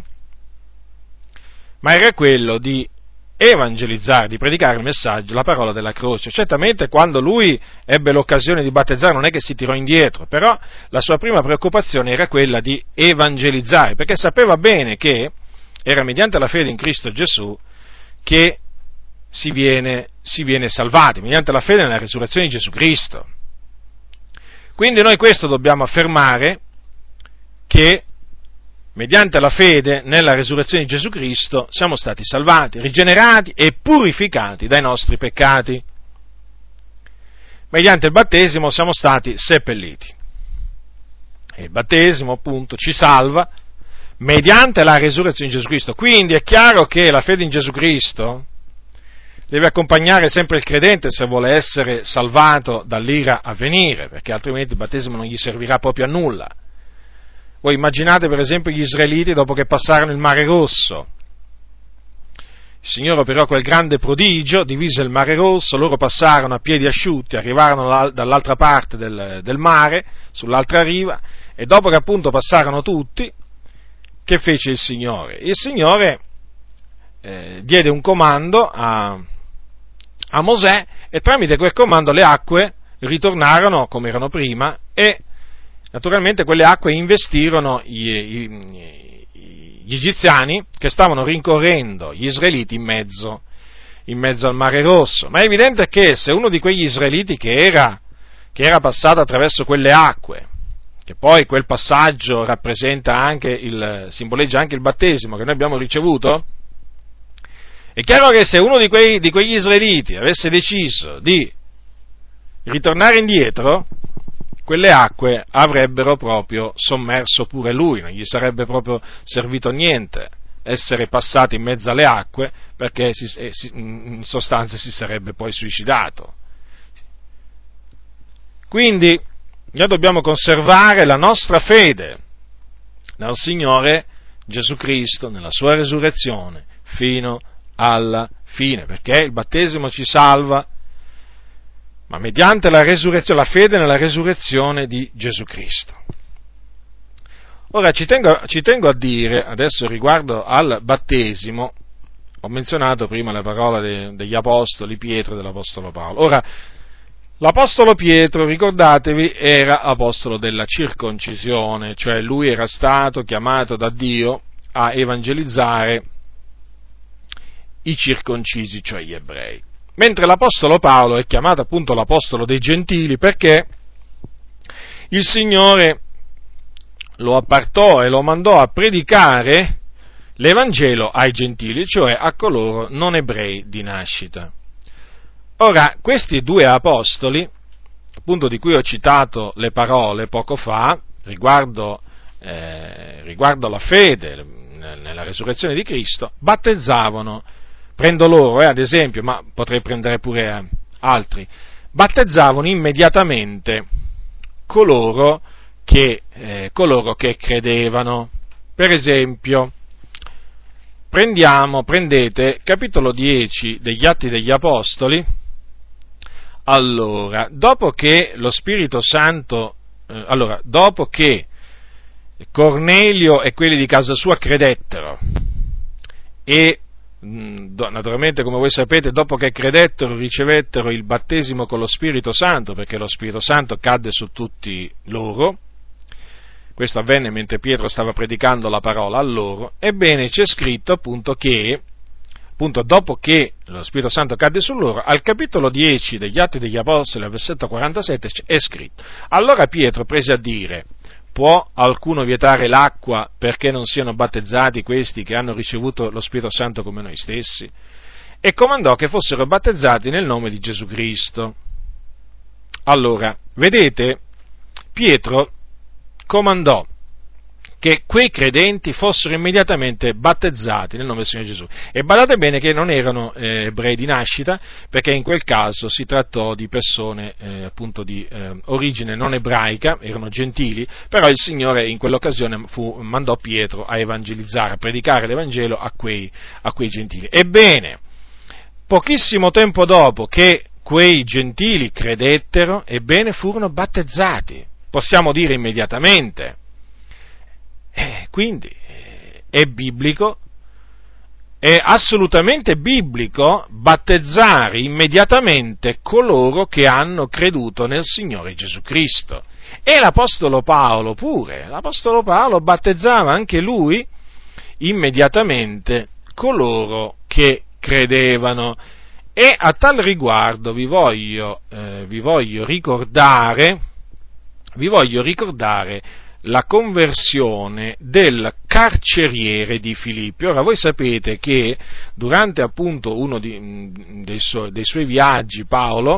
ma era quello di evangelizzare, di predicare il messaggio, la parola della croce. Certamente quando lui ebbe l'occasione di battezzare non è che si tirò indietro, però la sua prima preoccupazione era quella di evangelizzare, perché sapeva bene che era mediante la fede in Cristo Gesù che si viene, si viene salvati, mediante la fede nella risurrezione di Gesù Cristo. Quindi noi questo dobbiamo affermare, che mediante la fede nella resurrezione di Gesù Cristo siamo stati salvati, rigenerati e purificati dai nostri peccati. Mediante il battesimo siamo stati seppelliti. E il battesimo appunto ci salva mediante la resurrezione di Gesù Cristo. Quindi è chiaro che la fede in Gesù Cristo deve accompagnare sempre il credente se vuole essere salvato dall'ira a venire, perché altrimenti il battesimo non gli servirà proprio a nulla. Voi immaginate per esempio gli israeliti dopo che passarono il Mare Rosso. Il Signore operò quel grande prodigio, divise il Mare Rosso, loro passarono a piedi asciutti, arrivarono dall'altra parte del, del mare, sull'altra riva, e dopo che appunto passarono tutti, che fece il Signore? Il Signore eh, diede un comando a a Mosè, e tramite quel comando le acque ritornarono come erano prima, e naturalmente quelle acque investirono gli, gli, gli egiziani che stavano rincorrendo gli israeliti in mezzo, in mezzo al Mare Rosso. Ma è evidente che se uno di quegli israeliti che era, che era passato attraverso quelle acque, che poi quel passaggio rappresenta anche il, simboleggia anche il battesimo che noi abbiamo ricevuto, è chiaro che se uno di, quei, di quegli israeliti avesse deciso di ritornare indietro, quelle acque avrebbero proprio sommerso pure lui, non gli sarebbe proprio servito a niente essere passati in mezzo alle acque, perché si, eh, si, in sostanza si sarebbe poi suicidato. Quindi noi dobbiamo conservare la nostra fede nel Signore Gesù Cristo, nella sua resurrezione, fino a alla fine, perché il battesimo ci salva, ma mediante la resurrezione, la fede nella resurrezione di Gesù Cristo. Ora ci tengo, ci tengo a dire, adesso riguardo al battesimo, ho menzionato prima le parole de, degli apostoli, Pietro e dell'apostolo Paolo. Ora, l'apostolo Pietro, ricordatevi, era apostolo della circoncisione, cioè lui era stato chiamato da Dio a evangelizzare i circoncisi, cioè gli ebrei. Mentre l'apostolo Paolo è chiamato appunto l'apostolo dei gentili perché il Signore lo appartò e lo mandò a predicare l'Evangelo ai gentili, cioè a coloro non ebrei di nascita. Ora, questi due apostoli, appunto di cui ho citato le parole poco fa, riguardo, eh, riguardo la fede nella resurrezione di Cristo, battezzavano, prendo loro eh, ad esempio, ma potrei prendere pure eh, altri, battezzavano immediatamente coloro che, eh, coloro che credevano. Per esempio, prendiamo, prendete capitolo dieci degli Atti degli Apostoli. Allora, dopo che lo Spirito Santo, eh, allora, dopo che Cornelio e quelli di casa sua credettero e naturalmente, come voi sapete, dopo che credettero ricevettero il battesimo con lo Spirito Santo, perché lo Spirito Santo cadde su tutti loro. Questo avvenne mentre Pietro stava predicando la parola a loro. Ebbene, c'è scritto appunto che, appunto dopo che lo Spirito Santo cadde su loro, al capitolo dieci degli Atti degli Apostoli, al versetto quarantasette, è scritto: allora Pietro prese a dire: può alcuno vietare l'acqua perché non siano battezzati questi che hanno ricevuto lo Spirito Santo come noi stessi? E comandò che fossero battezzati nel nome di Gesù Cristo. Allora, vedete, Pietro comandò che quei credenti fossero immediatamente battezzati nel nome del Signore Gesù. E badate bene che non erano eh, ebrei di nascita, perché in quel caso si trattò di persone eh, appunto di eh, origine non ebraica, erano gentili, però il Signore in quell'occasione fu, mandò Pietro a evangelizzare, a predicare l'Evangelo a quei, a quei gentili. Ebbene, pochissimo tempo dopo che quei gentili credettero, ebbene furono battezzati, possiamo dire immediatamente. Eh, quindi eh, è biblico, è assolutamente biblico battezzare immediatamente coloro che hanno creduto nel Signore Gesù Cristo. E l'Apostolo Paolo pure, l'Apostolo Paolo battezzava anche lui immediatamente coloro che credevano. E a tal riguardo vi voglio, eh, vi voglio ricordare, vi voglio ricordare la conversione del carceriere di Filippi. Ora, voi sapete che durante appunto uno di, dei, suoi, dei suoi viaggi, Paolo,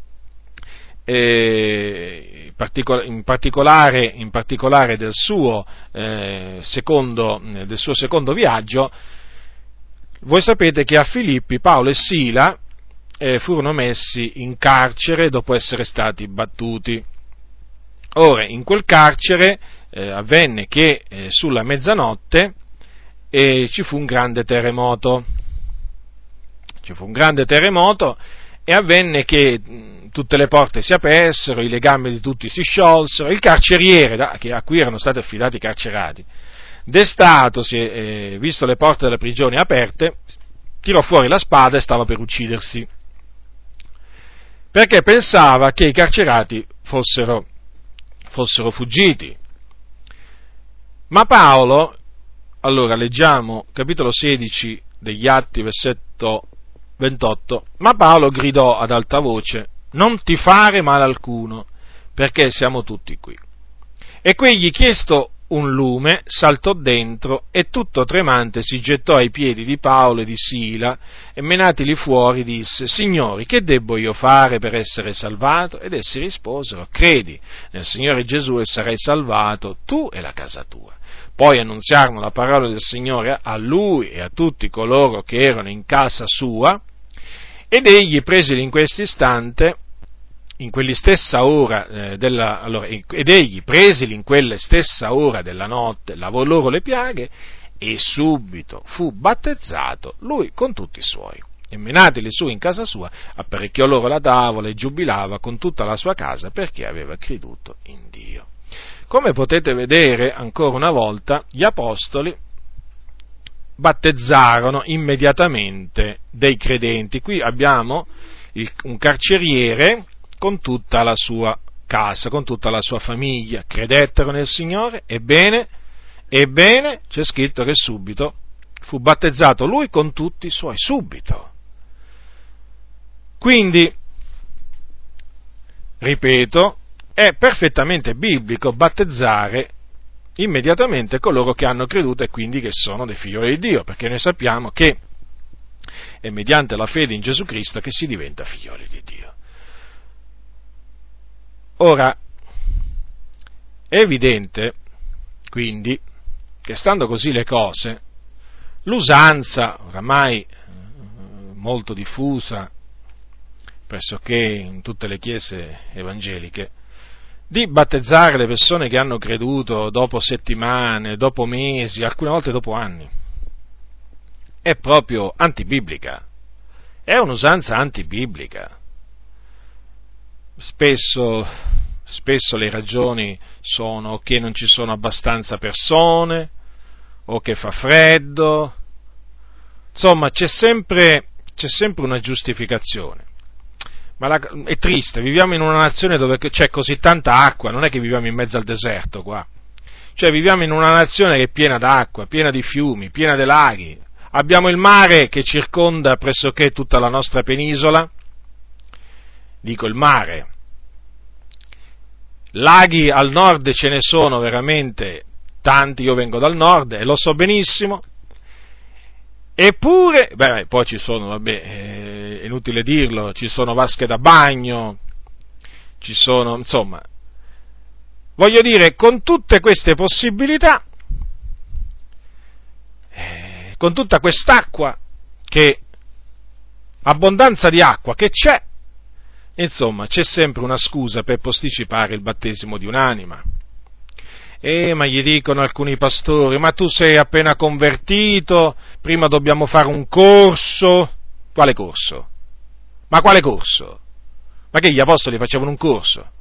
eh, in particolare, in particolare del, suo, eh, secondo, del suo secondo viaggio, voi sapete che a Filippi Paolo e Sila eh, furono messi in carcere dopo essere stati battuti. Ora, in quel carcere eh, avvenne che eh, sulla mezzanotte eh, ci fu un grande terremoto, ci fu un grande terremoto e avvenne che mh, tutte le porte si apersero, i legami di tutti si sciolsero, il carceriere, da, che, a cui erano stati affidati i carcerati, destatosi, eh, visto le porte della prigione aperte, tirò fuori la spada e stava per uccidersi, perché pensava che i carcerati fossero fossero fuggiti. Ma Paolo, allora leggiamo capitolo sedici degli Atti, versetto ventotto, ma Paolo gridò ad alta voce: non ti fare male alcuno, perché siamo tutti qui. E quegli, chiesto un lume, saltò dentro e tutto tremante si gettò ai piedi di Paolo e di Sila e menatili fuori disse: Signori, che debbo io fare per essere salvato? Ed essi risposero: credi nel Signore Gesù e sarai salvato tu e la casa tua. Poi annunziarono la parola del Signore a lui e a tutti coloro che erano in casa sua, ed egli presili in questo istante in quella stessa ora eh, della, allora, ed egli presili in quella stessa ora della notte lavò loro le piaghe e subito fu battezzato lui con tutti i suoi. E menateli su in casa sua apparecchiò loro la tavola e giubilava con tutta la sua casa perché aveva creduto in Dio. Come potete vedere, ancora una volta, gli apostoli battezzarono immediatamente dei credenti. Qui abbiamo il, un carceriere con tutta la sua casa, con tutta la sua famiglia, credettero nel Signore, ebbene, ebbene, c'è scritto che subito fu battezzato lui con tutti i suoi, subito. Quindi, ripeto, è perfettamente biblico battezzare immediatamente coloro che hanno creduto e quindi che sono dei figlioli di Dio, perché noi sappiamo che è mediante la fede in Gesù Cristo che si diventa figlioli di Dio. Ora, è evidente, quindi, che stando così le cose, l'usanza, oramai molto diffusa pressoché in tutte le chiese evangeliche, di battezzare le persone che hanno creduto dopo settimane, dopo mesi, alcune volte dopo anni, è proprio antibiblica, è un'usanza antibiblica. Spesso, spesso le ragioni sono che non ci sono abbastanza persone, o che fa freddo, insomma c'è sempre, c'è sempre una giustificazione. Ma la, è triste, viviamo in una nazione dove c'è così tanta acqua, non è che viviamo in mezzo al deserto qua, cioè viviamo in una nazione che è piena d'acqua, piena di fiumi, piena di laghi, abbiamo il mare che circonda pressoché tutta la nostra penisola, dico il mare, laghi al nord ce ne sono veramente tanti, io vengo dal nord e lo so benissimo, eppure, beh, poi ci sono, vabbè, è inutile dirlo, ci sono vasche da bagno, ci sono, insomma, voglio dire, con tutte queste possibilità, eh, con tutta quest'acqua, che, abbondanza di acqua che c'è, insomma, c'è sempre una scusa per posticipare il battesimo di un'anima. Eh, ma gli dicono alcuni pastori, ma tu sei appena convertito, prima dobbiamo fare un corso. Quale corso? Ma quale corso? Ma che gli apostoli facevano un corso?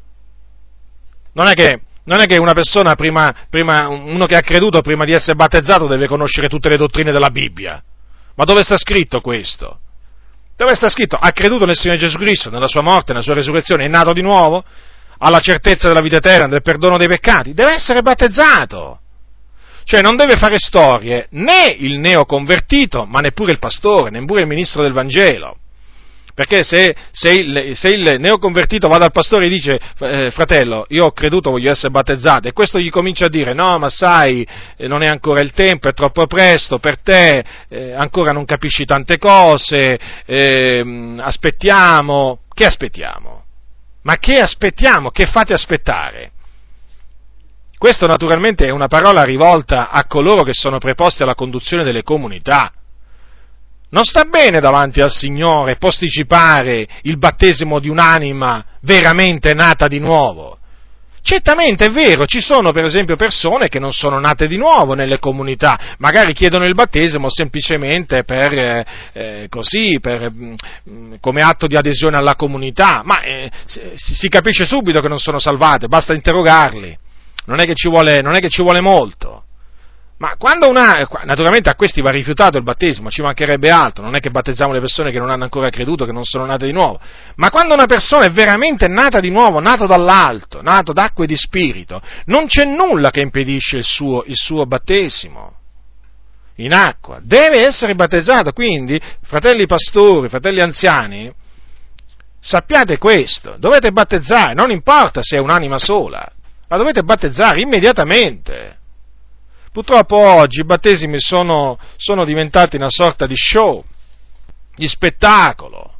Non è che, non è che una persona, prima, prima, uno che ha creduto prima di essere battezzato deve conoscere tutte le dottrine della Bibbia. Ma dove sta scritto questo? Dove sta scritto? Ha creduto nel Signore Gesù Cristo, nella sua morte, nella sua resurrezione, è nato di nuovo? Alla certezza della vita eterna, del perdono dei peccati, deve essere battezzato. Cioè non deve fare storie né il neoconvertito, ma neppure il pastore, neppure il ministro del Vangelo. Perché se, se, il, se il neoconvertito va dal pastore e dice, eh, fratello, io ho creduto, voglio essere battezzato, e questo gli comincia a dire, no, ma sai, eh, non è ancora il tempo, è troppo presto per te, eh, ancora non capisci tante cose, eh, aspettiamo, che aspettiamo? Ma che aspettiamo? Che fate aspettare? Questo naturalmente è una parola rivolta a coloro che sono preposti alla conduzione delle comunità. Non sta bene davanti al Signore posticipare il battesimo di un'anima veramente nata di nuovo. Certamente è vero, ci sono per esempio persone che non sono nate di nuovo nelle comunità, magari chiedono il battesimo semplicemente per eh, eh, così, per, mh, come atto di adesione alla comunità, ma eh, si, si capisce subito che non sono salvate, basta interrogarli, non è che ci vuole, non è che ci vuole molto. Ma quando una, naturalmente a questi va rifiutato il battesimo, ci mancherebbe altro, non è che battezziamo le persone che non hanno ancora creduto, che non sono nate di nuovo, ma quando una persona è veramente nata di nuovo, nato dall'alto, nato d'acqua e di spirito, non c'è nulla che impedisce il suo, il suo battesimo in acqua, deve essere battezzato, quindi, fratelli pastori, fratelli anziani, sappiate questo, dovete battezzare, non importa se è un'anima sola, la dovete battezzare immediatamente. Purtroppo oggi i battesimi sono, sono diventati una sorta di show, di spettacolo,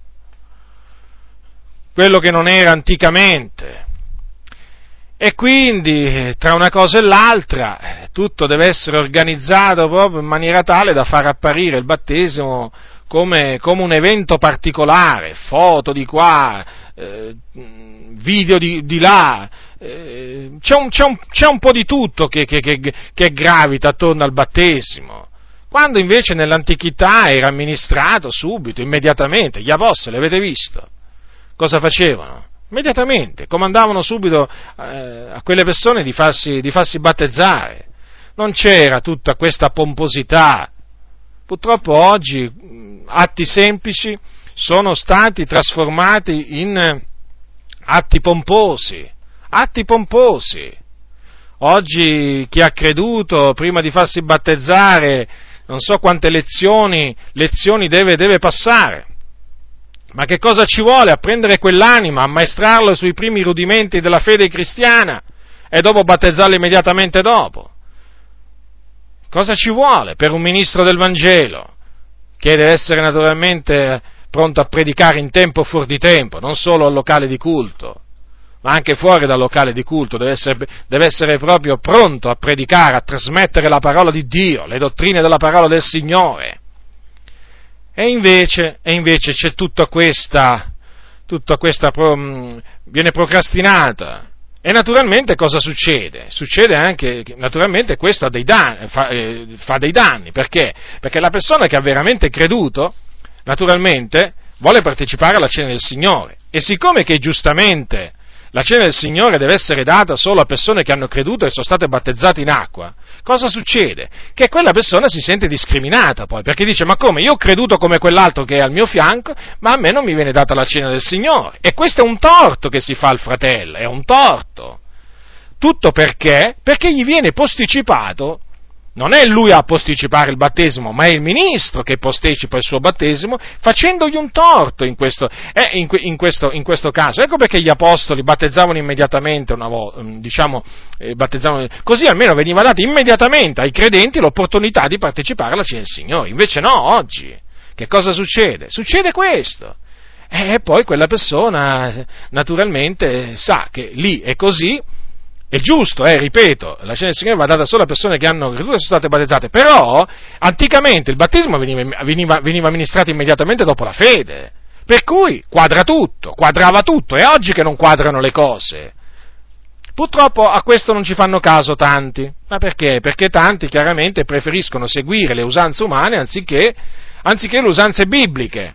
quello che non era anticamente. E quindi, tra una cosa e l'altra, tutto deve essere organizzato proprio in maniera tale da far apparire il battesimo come, come un evento particolare, foto di qua, eh, video di, di là, eh, c'è, un, c'è, un, c'è un po' di tutto che, che, che, che gravita attorno al battesimo, quando invece nell'antichità era amministrato subito, immediatamente. Gli apostoli, avete visto? Cosa facevano? Immediatamente, comandavano subito eh, a quelle persone di farsi, di farsi battezzare, non c'era tutta questa pomposità. Purtroppo oggi atti semplici sono stati trasformati in atti pomposi, atti pomposi. Oggi chi ha creduto, prima di farsi battezzare, non so quante lezioni, lezioni deve, deve passare. Ma che cosa ci vuole a prendere quell'anima, a ammaestrarlo sui primi rudimenti della fede cristiana e dopo battezzarlo immediatamente dopo? Cosa ci vuole per un ministro del Vangelo, che deve essere naturalmente pronto a predicare in tempo o fuori di tempo, non solo al locale di culto, ma anche fuori dal locale di culto, deve essere, deve essere proprio pronto a predicare, a trasmettere la parola di Dio, le dottrine della parola del Signore. E invece, e invece c'è tutta questa, tutta questa, viene procrastinata. E naturalmente cosa succede? Succede anche che naturalmente questo ha dei danni, fa, eh, fa dei danni, perché? Perché la persona che ha veramente creduto, naturalmente, vuole partecipare alla cena del Signore, e siccome che giustamente la cena del Signore deve essere data solo a persone che hanno creduto e sono state battezzate in acqua, cosa succede? Che quella persona si sente discriminata poi, perché dice: ma come, io ho creduto come quell'altro che è al mio fianco, ma a me non mi viene data la cena del Signore. E questo è un torto che si fa al fratello, è un torto. Tutto perché? Perché gli viene posticipato. Non è lui a posticipare il battesimo, ma è il ministro che posticipa il suo battesimo, facendogli un torto in questo, eh, in, in, questo, in questo caso. Ecco perché gli apostoli battezzavano immediatamente una volta, diciamo, eh, battezzavano, così almeno veniva data immediatamente ai credenti l'opportunità di partecipare alla cena del Signore. Invece no, oggi, che cosa succede? Succede questo. E poi quella persona, naturalmente, sa che lì è così. È giusto, eh, ripeto, la cena del Signore va data solo a persone che hanno creduto e sono state battezzate, però anticamente il battesimo veniva, veniva, veniva amministrato immediatamente dopo la fede, per cui quadra tutto, quadrava tutto, è oggi che non quadrano le cose. Purtroppo a questo non ci fanno caso tanti, ma perché? Perché tanti chiaramente preferiscono seguire le usanze umane anziché, anziché le usanze bibliche.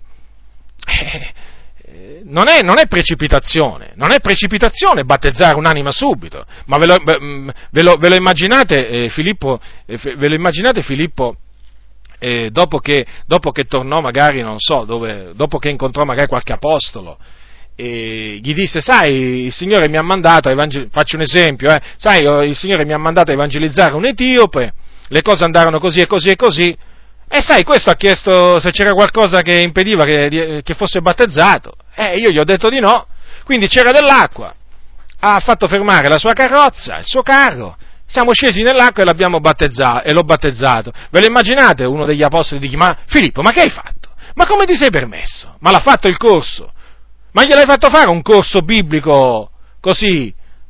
Eh, Non è, non è precipitazione, non è precipitazione battezzare un'anima subito, ma ve lo, ve lo, ve lo immaginate eh, Filippo, eh, ve lo immaginate Filippo eh, dopo, che, dopo che tornò magari, non so, dove, dopo che incontrò magari qualche apostolo, e gli disse: sai, il Signore mi ha mandato a evangelizzare, faccio un esempio, eh, sai, il Signore mi ha mandato a evangelizzare un etiope, le cose andarono così e così e così. E sai, questo ha chiesto se c'era qualcosa che impediva che, che fosse battezzato. Eh, io gli ho detto di no. Quindi c'era dell'acqua. Ha fatto fermare la sua carrozza, il suo carro. Siamo scesi nell'acqua e l'abbiamo battezzato, e l'ho battezzato. Ve lo immaginate? Uno degli apostoli dice: ma Filippo, ma che hai fatto? Ma come ti sei permesso? Ma l'ha fatto il corso? Ma gliel'hai fatto fare un corso biblico così?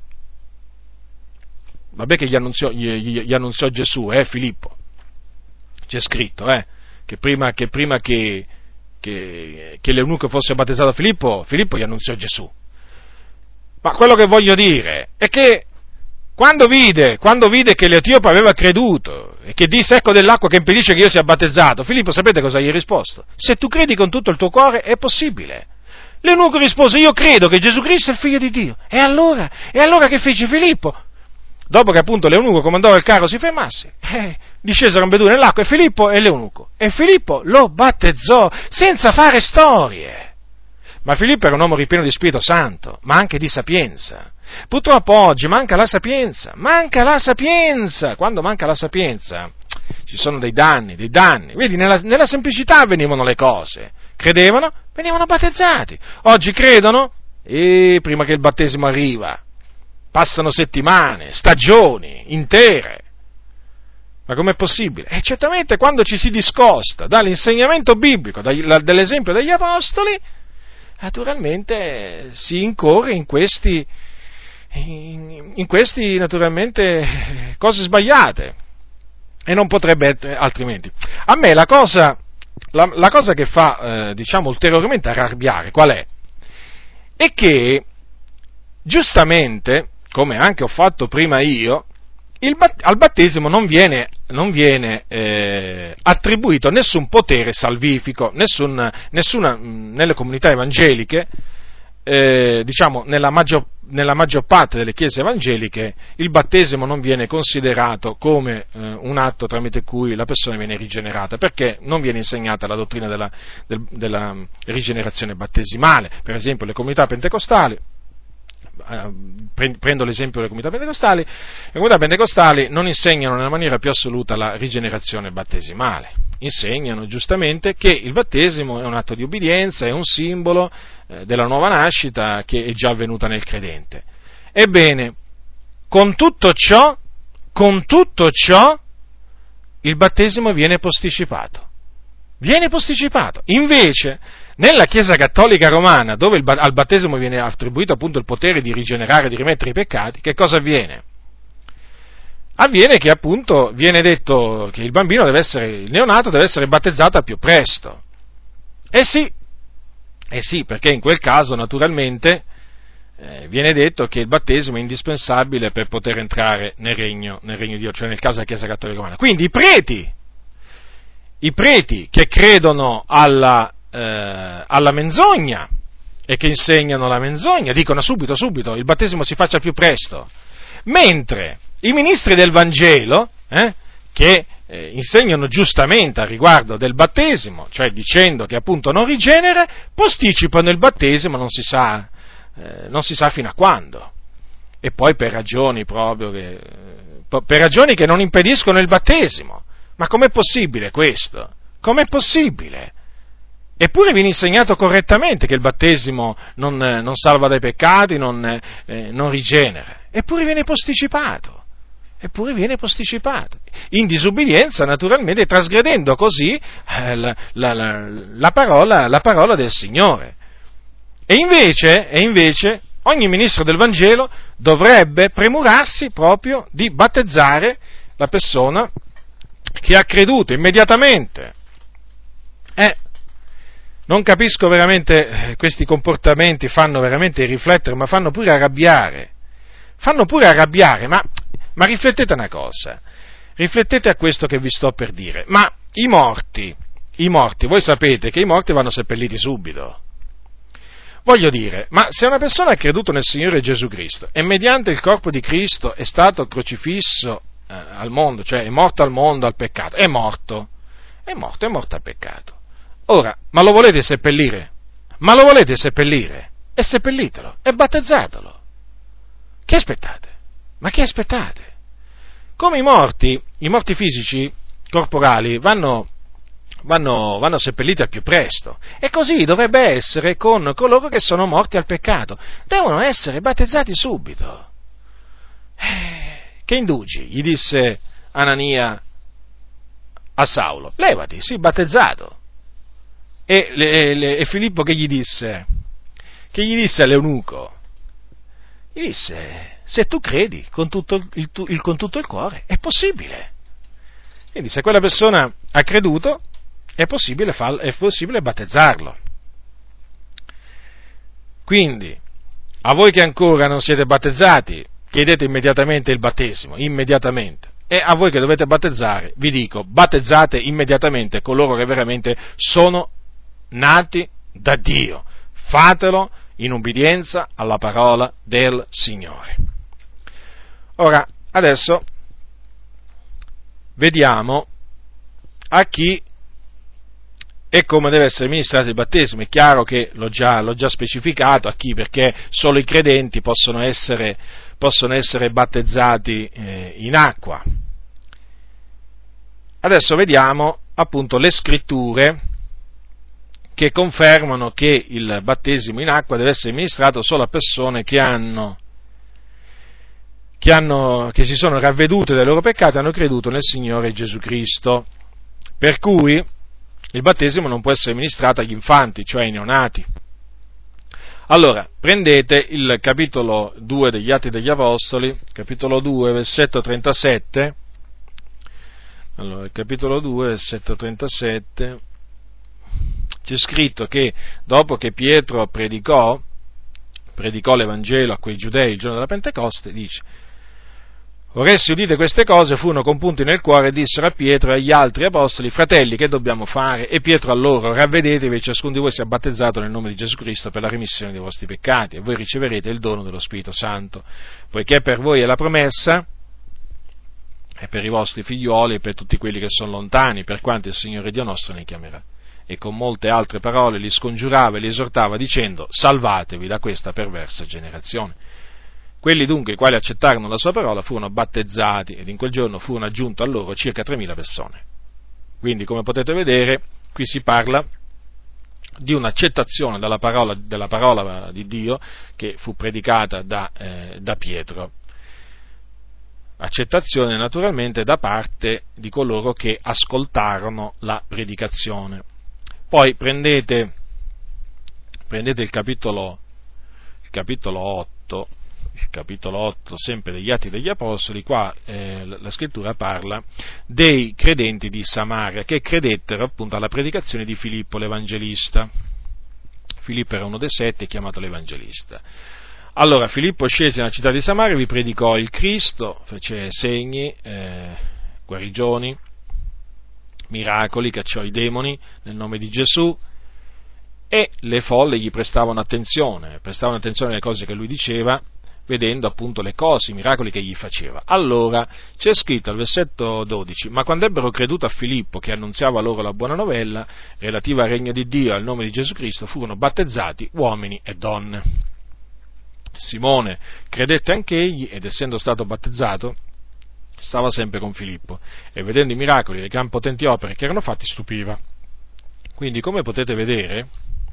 Vabbè che gli annunziò, gli, gli, gli annunziò Gesù, eh, Filippo. C'è scritto, eh, che prima che, prima che, che, che l'eunuco fosse battezzato a Filippo, Filippo gli annunziò Gesù. Ma quello che voglio dire è che quando vide, quando vide che l'Etiope aveva creduto e che disse: ecco dell'acqua che impedisce che io sia battezzato, Filippo sapete cosa gli ha risposto? Se tu credi con tutto il tuo cuore è possibile. L'eunuco rispose: io credo che Gesù Cristo è il figlio di Dio. E allora? E allora che fece Filippo? Dopo che appunto l'eunuco comandò che il carro si fermasse, eh, discesero ambedue nell'acqua, e Filippo e l'eunuco. E Filippo lo battezzò senza fare storie. Ma Filippo era un uomo ripieno di Spirito Santo, ma anche di sapienza. Purtroppo oggi manca la sapienza, manca la sapienza. Quando manca la sapienza ci sono dei danni, dei danni. Vedi, nella, nella semplicità avvenivano le cose. Credevano, venivano battezzati. Oggi credono e prima che il battesimo arriva. Passano settimane, stagioni intere. Ma com'è possibile? E certamente quando ci si discosta dall'insegnamento biblico, dall'esempio degli apostoli, naturalmente si incorre in questi, in, in questi naturalmente cose sbagliate. E non potrebbe essere altrimenti. A me la cosa, la, la cosa che fa, eh, diciamo, ulteriormente arrabbiare, qual è? È che, giustamente, come anche ho fatto prima io, il bat- al battesimo non viene, non viene eh, attribuito nessun potere salvifico, nessun, nessuna, mh, nelle comunità evangeliche, eh, diciamo nella maggior, nella maggior parte delle chiese evangeliche, il battesimo non viene considerato come eh, un atto tramite cui la persona viene rigenerata, perché non viene insegnata la dottrina della, del, della rigenerazione battesimale. Per esempio le comunità pentecostali, prendo l'esempio delle comunità pentecostali, le comunità pentecostali non insegnano nella maniera più assoluta la rigenerazione battesimale, insegnano giustamente che il battesimo è un atto di obbedienza, è un simbolo eh, della nuova nascita che è già avvenuta nel credente. Ebbene, con tutto ciò, con tutto ciò, il battesimo viene posticipato. Viene posticipato. Invece, nella Chiesa Cattolica Romana, dove il, al battesimo viene attribuito appunto il potere di rigenerare, di rimettere i peccati, che cosa avviene? Avviene che appunto viene detto che il bambino deve essere, il neonato deve essere battezzato al più presto. Eh sì, eh sì, perché in quel caso naturalmente eh, viene detto che il battesimo è indispensabile per poter entrare nel regno, nel regno di Dio, cioè nel caso della Chiesa Cattolica Romana. Quindi i preti, i preti che credono alla, eh, alla menzogna e che insegnano la menzogna dicono subito, subito, il battesimo si faccia al più presto, mentre i ministri del Vangelo, eh, che eh, insegnano giustamente al riguardo del battesimo, cioè dicendo che appunto non rigenera, posticipano il battesimo, non si sa, eh, non si sa fino a quando. E poi per ragioni proprio che, per ragioni che non impediscono il battesimo. Ma com'è possibile questo? Com'è possibile? Eppure viene insegnato correttamente che il battesimo non, non salva dai peccati, non, eh, non rigenera. Eppure viene posticipato. Eppure viene posticipato. In disubbidienza, naturalmente, trasgredendo così eh, la, la, la, la, parola, la parola del Signore. E invece, e invece, ogni ministro del Vangelo dovrebbe premurarsi proprio di battezzare la persona che ha creduto immediatamente. Eh, non capisco veramente, questi comportamenti fanno veramente riflettere, ma fanno pure arrabbiare. Fanno pure arrabbiare, ma, ma riflettete una cosa, riflettete a questo che vi sto per dire. Ma i morti, i morti, voi sapete che i morti vanno seppelliti subito. Voglio dire, ma se una persona ha creduto nel Signore Gesù Cristo e mediante il corpo di Cristo è stato crocifisso eh, al mondo, cioè è morto al mondo, al peccato, è morto, è morto, è morto al peccato. Ora, ma lo volete seppellire? Ma lo volete seppellire? E seppellitelo, e battezzatelo. Che aspettate? Ma che aspettate? Come i morti, i morti fisici, corporali, vanno, vanno, vanno seppelliti al più presto. E così dovrebbe essere con coloro che sono morti al peccato. Devono essere battezzati subito. Eh, che indugi? Gli disse Anania a Saulo. Levati, sii battezzato. E, le, le, e Filippo che gli disse? Che gli disse all'eunuco? Gli disse, se tu credi con tutto il, il, con tutto il cuore, è possibile. Quindi se quella persona ha creduto, è possibile, farlo, è possibile battezzarlo. Quindi, a voi che ancora non siete battezzati, chiedete immediatamente il battesimo, immediatamente. E a voi che dovete battezzare, vi dico, battezzate immediatamente coloro che veramente sono nati da Dio. Fatelo in ubbidienza alla parola del Signore. Ora, adesso vediamo a chi e come deve essere ministrato il battesimo. È chiaro che l'ho già, l'ho già specificato a chi, perché solo i credenti possono essere, possono essere battezzati eh, in acqua. Adesso vediamo appunto le scritture che confermano che il battesimo in acqua deve essere ministrato solo a persone che hanno, che hanno, che si sono ravvedute dai loro peccati e hanno creduto nel Signore Gesù Cristo. Per cui il battesimo non può essere ministrato agli infanti, cioè ai neonati. Allora, prendete il capitolo due degli Atti degli Apostoli, capitolo due, versetto trentasette. Allora, il capitolo due, versetto trentasette. C'è scritto che dopo che Pietro predicò, predicò l'Evangelo a quei giudei il giorno della Pentecoste, dice: Ora essi udite queste cose, furono compunti nel cuore e dissero a Pietro e agli altri apostoli: fratelli, che dobbiamo fare? E Pietro a loro: ravvedetevi e ciascuno di voi sia battezzato nel nome di Gesù Cristo per la remissione dei vostri peccati, e voi riceverete il dono dello Spirito Santo, poiché per voi è la promessa, e per i vostri figliuoli e per tutti quelli che sono lontani, per quanti il Signore Dio nostro ne chiamerà. E con molte altre parole li scongiurava e li esortava dicendo: salvatevi da questa perversa generazione. Quelli dunque i quali accettarono la sua parola furono battezzati ed in quel giorno furono aggiunto a loro circa tremila persone. Quindi, come potete vedere, qui si parla di un'accettazione della parola, della parola di Dio che fu predicata da, eh, da Pietro. Accettazione naturalmente da parte di coloro che ascoltarono la predicazione. Poi prendete, prendete il capitolo, il capitolo otto, il capitolo otto sempre degli Atti degli Apostoli. Qua eh, la scrittura parla dei credenti di Samaria che credettero appunto alla predicazione di Filippo l'Evangelista. Filippo era uno dei sette chiamato l'Evangelista. Allora Filippo scese nella città di Samaria, vi predicò il Cristo, fece segni, eh, guarigioni, miracoli, cacciò i demoni nel nome di Gesù, e le folle gli prestavano attenzione, prestavano attenzione alle cose che lui diceva, vedendo appunto le cose, i miracoli che gli faceva. Allora c'è scritto al versetto dodici: ma quando ebbero creduto a Filippo che annunziava loro la buona novella relativa al regno di Dio e al nome di Gesù Cristo, furono battezzati uomini e donne. Simone credette anch'egli ed essendo stato battezzato stava sempre con Filippo e vedendo i miracoli e le gran potenti opere che erano fatti stupiva. Quindi come potete vedere,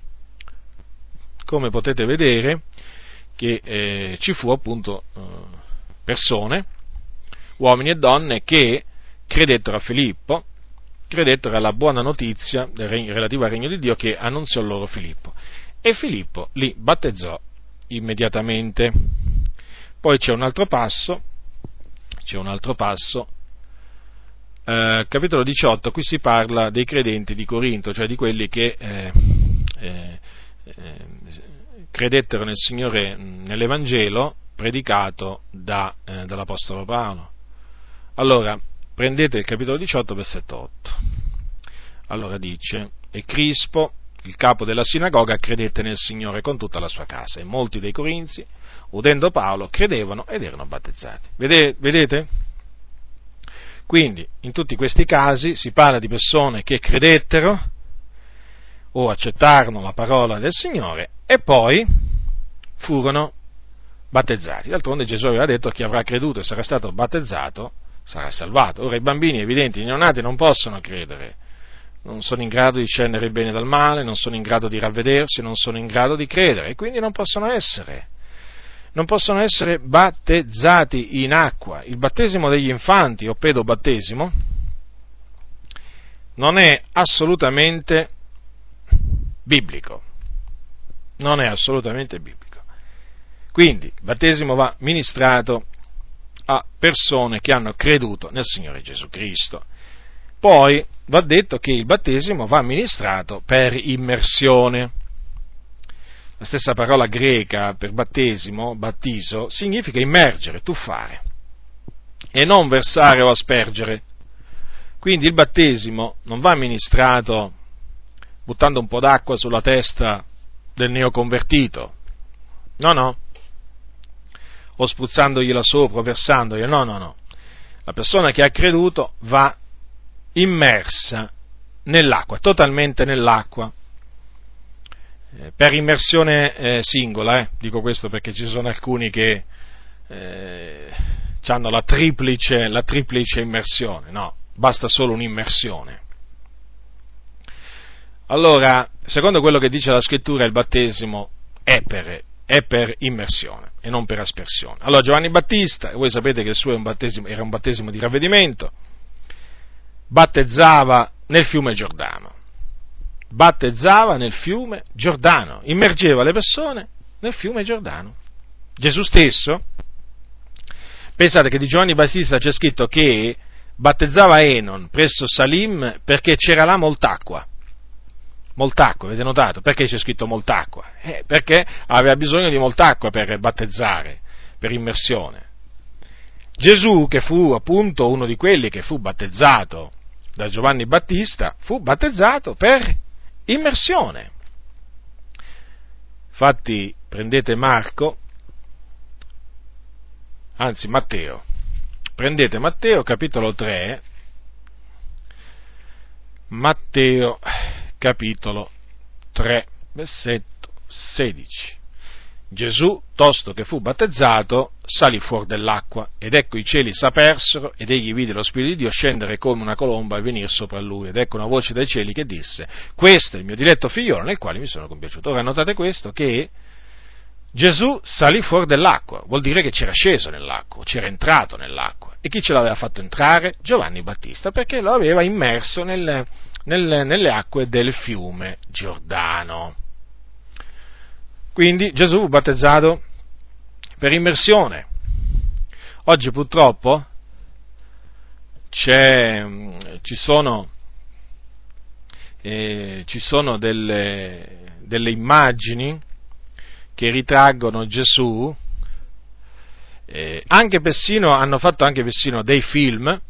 come potete vedere che eh, ci fu appunto eh, persone, uomini e donne che credettero a Filippo, credettero alla buona notizia del regno, relativa al regno di Dio che annunziò loro Filippo, e Filippo li battezzò immediatamente. Poi c'è un altro passo, c'è un altro passo, eh, capitolo diciotto, qui si parla dei credenti di Corinto, cioè di quelli che eh, eh, eh, credettero nel Signore, nell'Evangelo predicato da, eh, dall'Apostolo Paolo. Allora, prendete il capitolo diciotto, versetto otto. Allora dice: e Crispo, il capo della sinagoga, credette nel Signore con tutta la sua casa, e molti dei corinzi, udendo Paolo, credevano ed erano battezzati. Vedete? Quindi, in tutti questi casi si parla di persone che credettero o accettarono la parola del Signore e poi furono battezzati. D'altronde Gesù aveva detto: chi avrà creduto e sarà stato battezzato sarà salvato. Ora i bambini evidenti, i neonati, non possono credere, non sono in grado di discernere il bene dal male, non sono in grado di ravvedersi, non sono in grado di credere, e quindi non possono essere, non possono essere battezzati in acqua. Il battesimo degli infanti, o pedobattesimo, non è assolutamente biblico, non è assolutamente biblico. Quindi il battesimo va ministrato a persone che hanno creduto nel Signore Gesù Cristo. Poi va detto che il battesimo va amministrato per immersione. La stessa parola greca per battesimo, battiso, significa immergere, tuffare, e non versare o aspergere. Quindi il battesimo non va amministrato buttando un po' d'acqua sulla testa del neoconvertito, no, no, o spruzzandogliela sopra o versandogliela, no, no, no. La persona che ha creduto va immersa nell'acqua, totalmente nell'acqua, eh, per immersione eh, singola, eh. Dico questo perché ci sono alcuni che eh, hanno la triplice, la triplice immersione, no, basta solo un'immersione. Allora, secondo quello che dice la Scrittura, il battesimo è per, è per immersione e non per aspersione. Allora Giovanni Battista, voi sapete che il suo è un battesimo, era un battesimo di ravvedimento, battezzava nel fiume Giordano, battezzava nel fiume Giordano, immergeva le persone nel fiume Giordano. Gesù stesso, pensate che di Giovanni Battista c'è scritto che battezzava Enon presso Salim perché c'era là molt'acqua. Molt'acqua, avete notato? Perché c'è scritto molt'acqua? Eh, perché aveva bisogno di molt'acqua per battezzare, per immersione. Gesù, che fu appunto uno di quelli che fu battezzato da Giovanni Battista, fu battezzato per immersione. Infatti, prendete Marco, anzi Matteo, prendete Matteo capitolo tre, Matteo capitolo tre, versetto sedici. Gesù, tosto che fu battezzato, salì fuori dell'acqua, ed ecco i cieli s'apersero, ed egli vide lo Spirito di Dio scendere come una colomba e venire sopra lui, ed ecco una voce dai cieli che disse: questo è il mio diletto figliolo nel quale mi sono compiaciuto. Ora notate questo, che Gesù salì fuori dell'acqua, vuol dire che c'era sceso nell'acqua, c'era entrato nell'acqua. E chi ce l'aveva fatto entrare? Giovanni Battista, perché lo aveva immerso nel, nel, nelle acque del fiume Giordano. Quindi Gesù fu battezzato per immersione. Oggi purtroppo c'è, ci sono, eh, ci sono delle, delle immagini che ritraggono Gesù, eh, anche persino, hanno fatto anche persino dei film,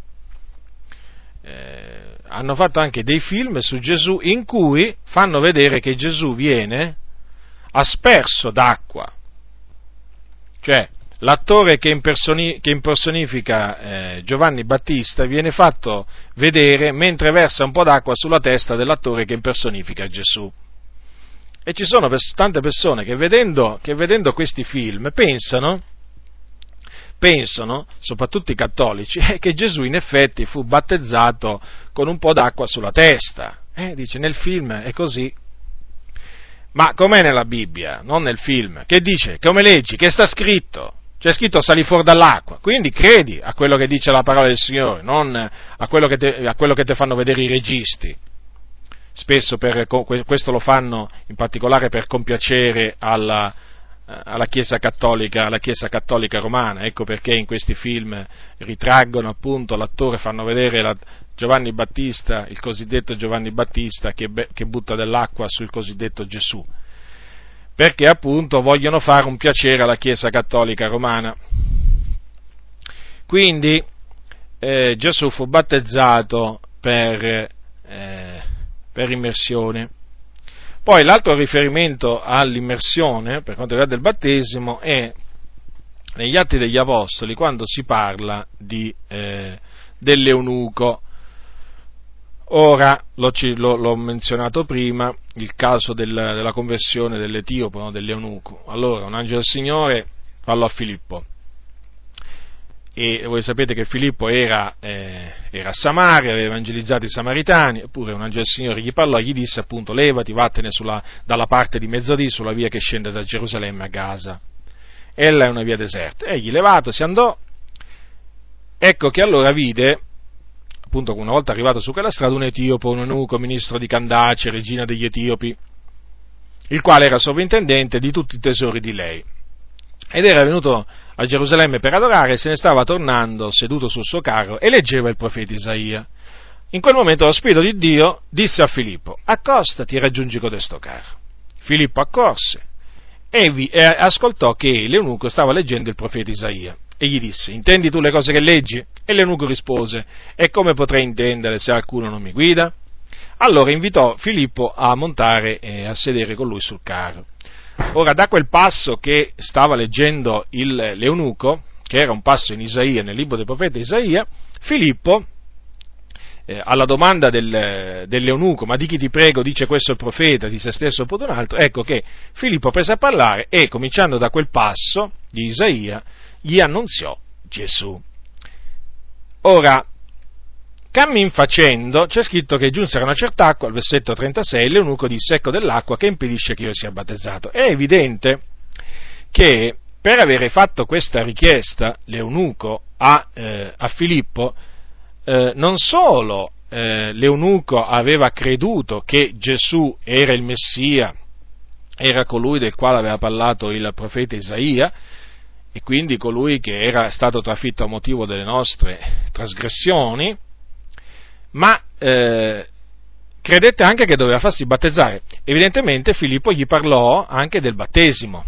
eh, hanno fatto anche dei film su Gesù in cui fanno vedere che Gesù viene asperso d'acqua, cioè l'attore che, impersoni, che impersonifica eh, Giovanni Battista viene fatto vedere mentre versa un po' d'acqua sulla testa dell'attore che impersonifica Gesù. E ci sono pers- tante persone che vedendo, che vedendo questi film pensano, pensano, soprattutto i cattolici, eh, che Gesù in effetti fu battezzato con un po' d'acqua sulla testa. Eh, dice, nel film è così. Ma com'è nella Bibbia, non nel film? Che dice? Come leggi? Che sta scritto? C'è scritto salì fuori dall'acqua, quindi credi a quello che dice la parola del Signore, non a quello che te, a quello che te fanno vedere i registi. Spesso per, questo lo fanno in particolare per compiacere alla, alla Chiesa Cattolica, alla Chiesa Cattolica Romana. Ecco perché in questi film ritraggono appunto l'attore, fanno vedere la, Giovanni Battista, il cosiddetto Giovanni Battista che, che butta dell'acqua sul cosiddetto Gesù, perché appunto vogliono fare un piacere alla Chiesa Cattolica Romana. Quindi eh, Gesù fu battezzato per, eh, per immersione. Poi l'altro riferimento all'immersione, per quanto riguarda il battesimo, è negli Atti degli Apostoli, quando si parla di, eh, dell'eunuco. Ora, l'ho, l'ho menzionato prima, il caso del, della conversione dell'Etiope, no, dell'eunuco. Allora, un angelo del Signore parlò a Filippo, e voi sapete che Filippo era, eh, era a Samaria, aveva evangelizzato i Samaritani, eppure un angelo del Signore gli parlò e gli disse appunto: levati, vattene sulla, dalla parte di mezzodì, sulla via che scende da Gerusalemme a Gaza. Ella è una via deserta. Egli, levato, si andò. Ecco che allora vide, appunto, una volta arrivato su quella strada, un etiope, un eunuco, ministro di Candace, regina degli Etiopi, il quale era sovrintendente di tutti i tesori di lei, ed era venuto a Gerusalemme per adorare, e se ne stava tornando seduto sul suo carro e leggeva il profeta Isaia. In quel momento lo Spirito di Dio disse a Filippo: accostati e raggiungi codesto carro. Filippo accorse e, vi, e ascoltò che l'eunuco stava leggendo il profeta Isaia. E gli disse: intendi tu le cose che leggi? E l'eunuco rispose: e come potrei intendere se qualcuno non mi guida? Allora invitò Filippo a montare e a sedere con lui sul carro. Ora, da quel passo che stava leggendo il, l'eunuco, che era un passo in Isaia, nel libro del profeta Isaia, Filippo, eh, alla domanda del, dell'eunuco: ma di chi ti prego dice questo il profeta, di se stesso oppure un altro? Ecco che Filippo prese a parlare e, cominciando da quel passo di Isaia, gli annunziò Gesù. Ora, cammin facendo, c'è scritto che giunsero a una certa acqua, al versetto trentasei, l'eunuco disse: ecco dell'acqua che impedisce che io sia battezzato. È evidente che per avere fatto questa richiesta l'eunuco a, eh, a Filippo, eh, non solo eh, l'eunuco aveva creduto che Gesù era il Messia, era colui del quale aveva parlato il profeta Isaia, e quindi colui che era stato trafitto a motivo delle nostre trasgressioni, ma eh, credette anche che doveva farsi battezzare. Evidentemente Filippo gli parlò anche del battesimo.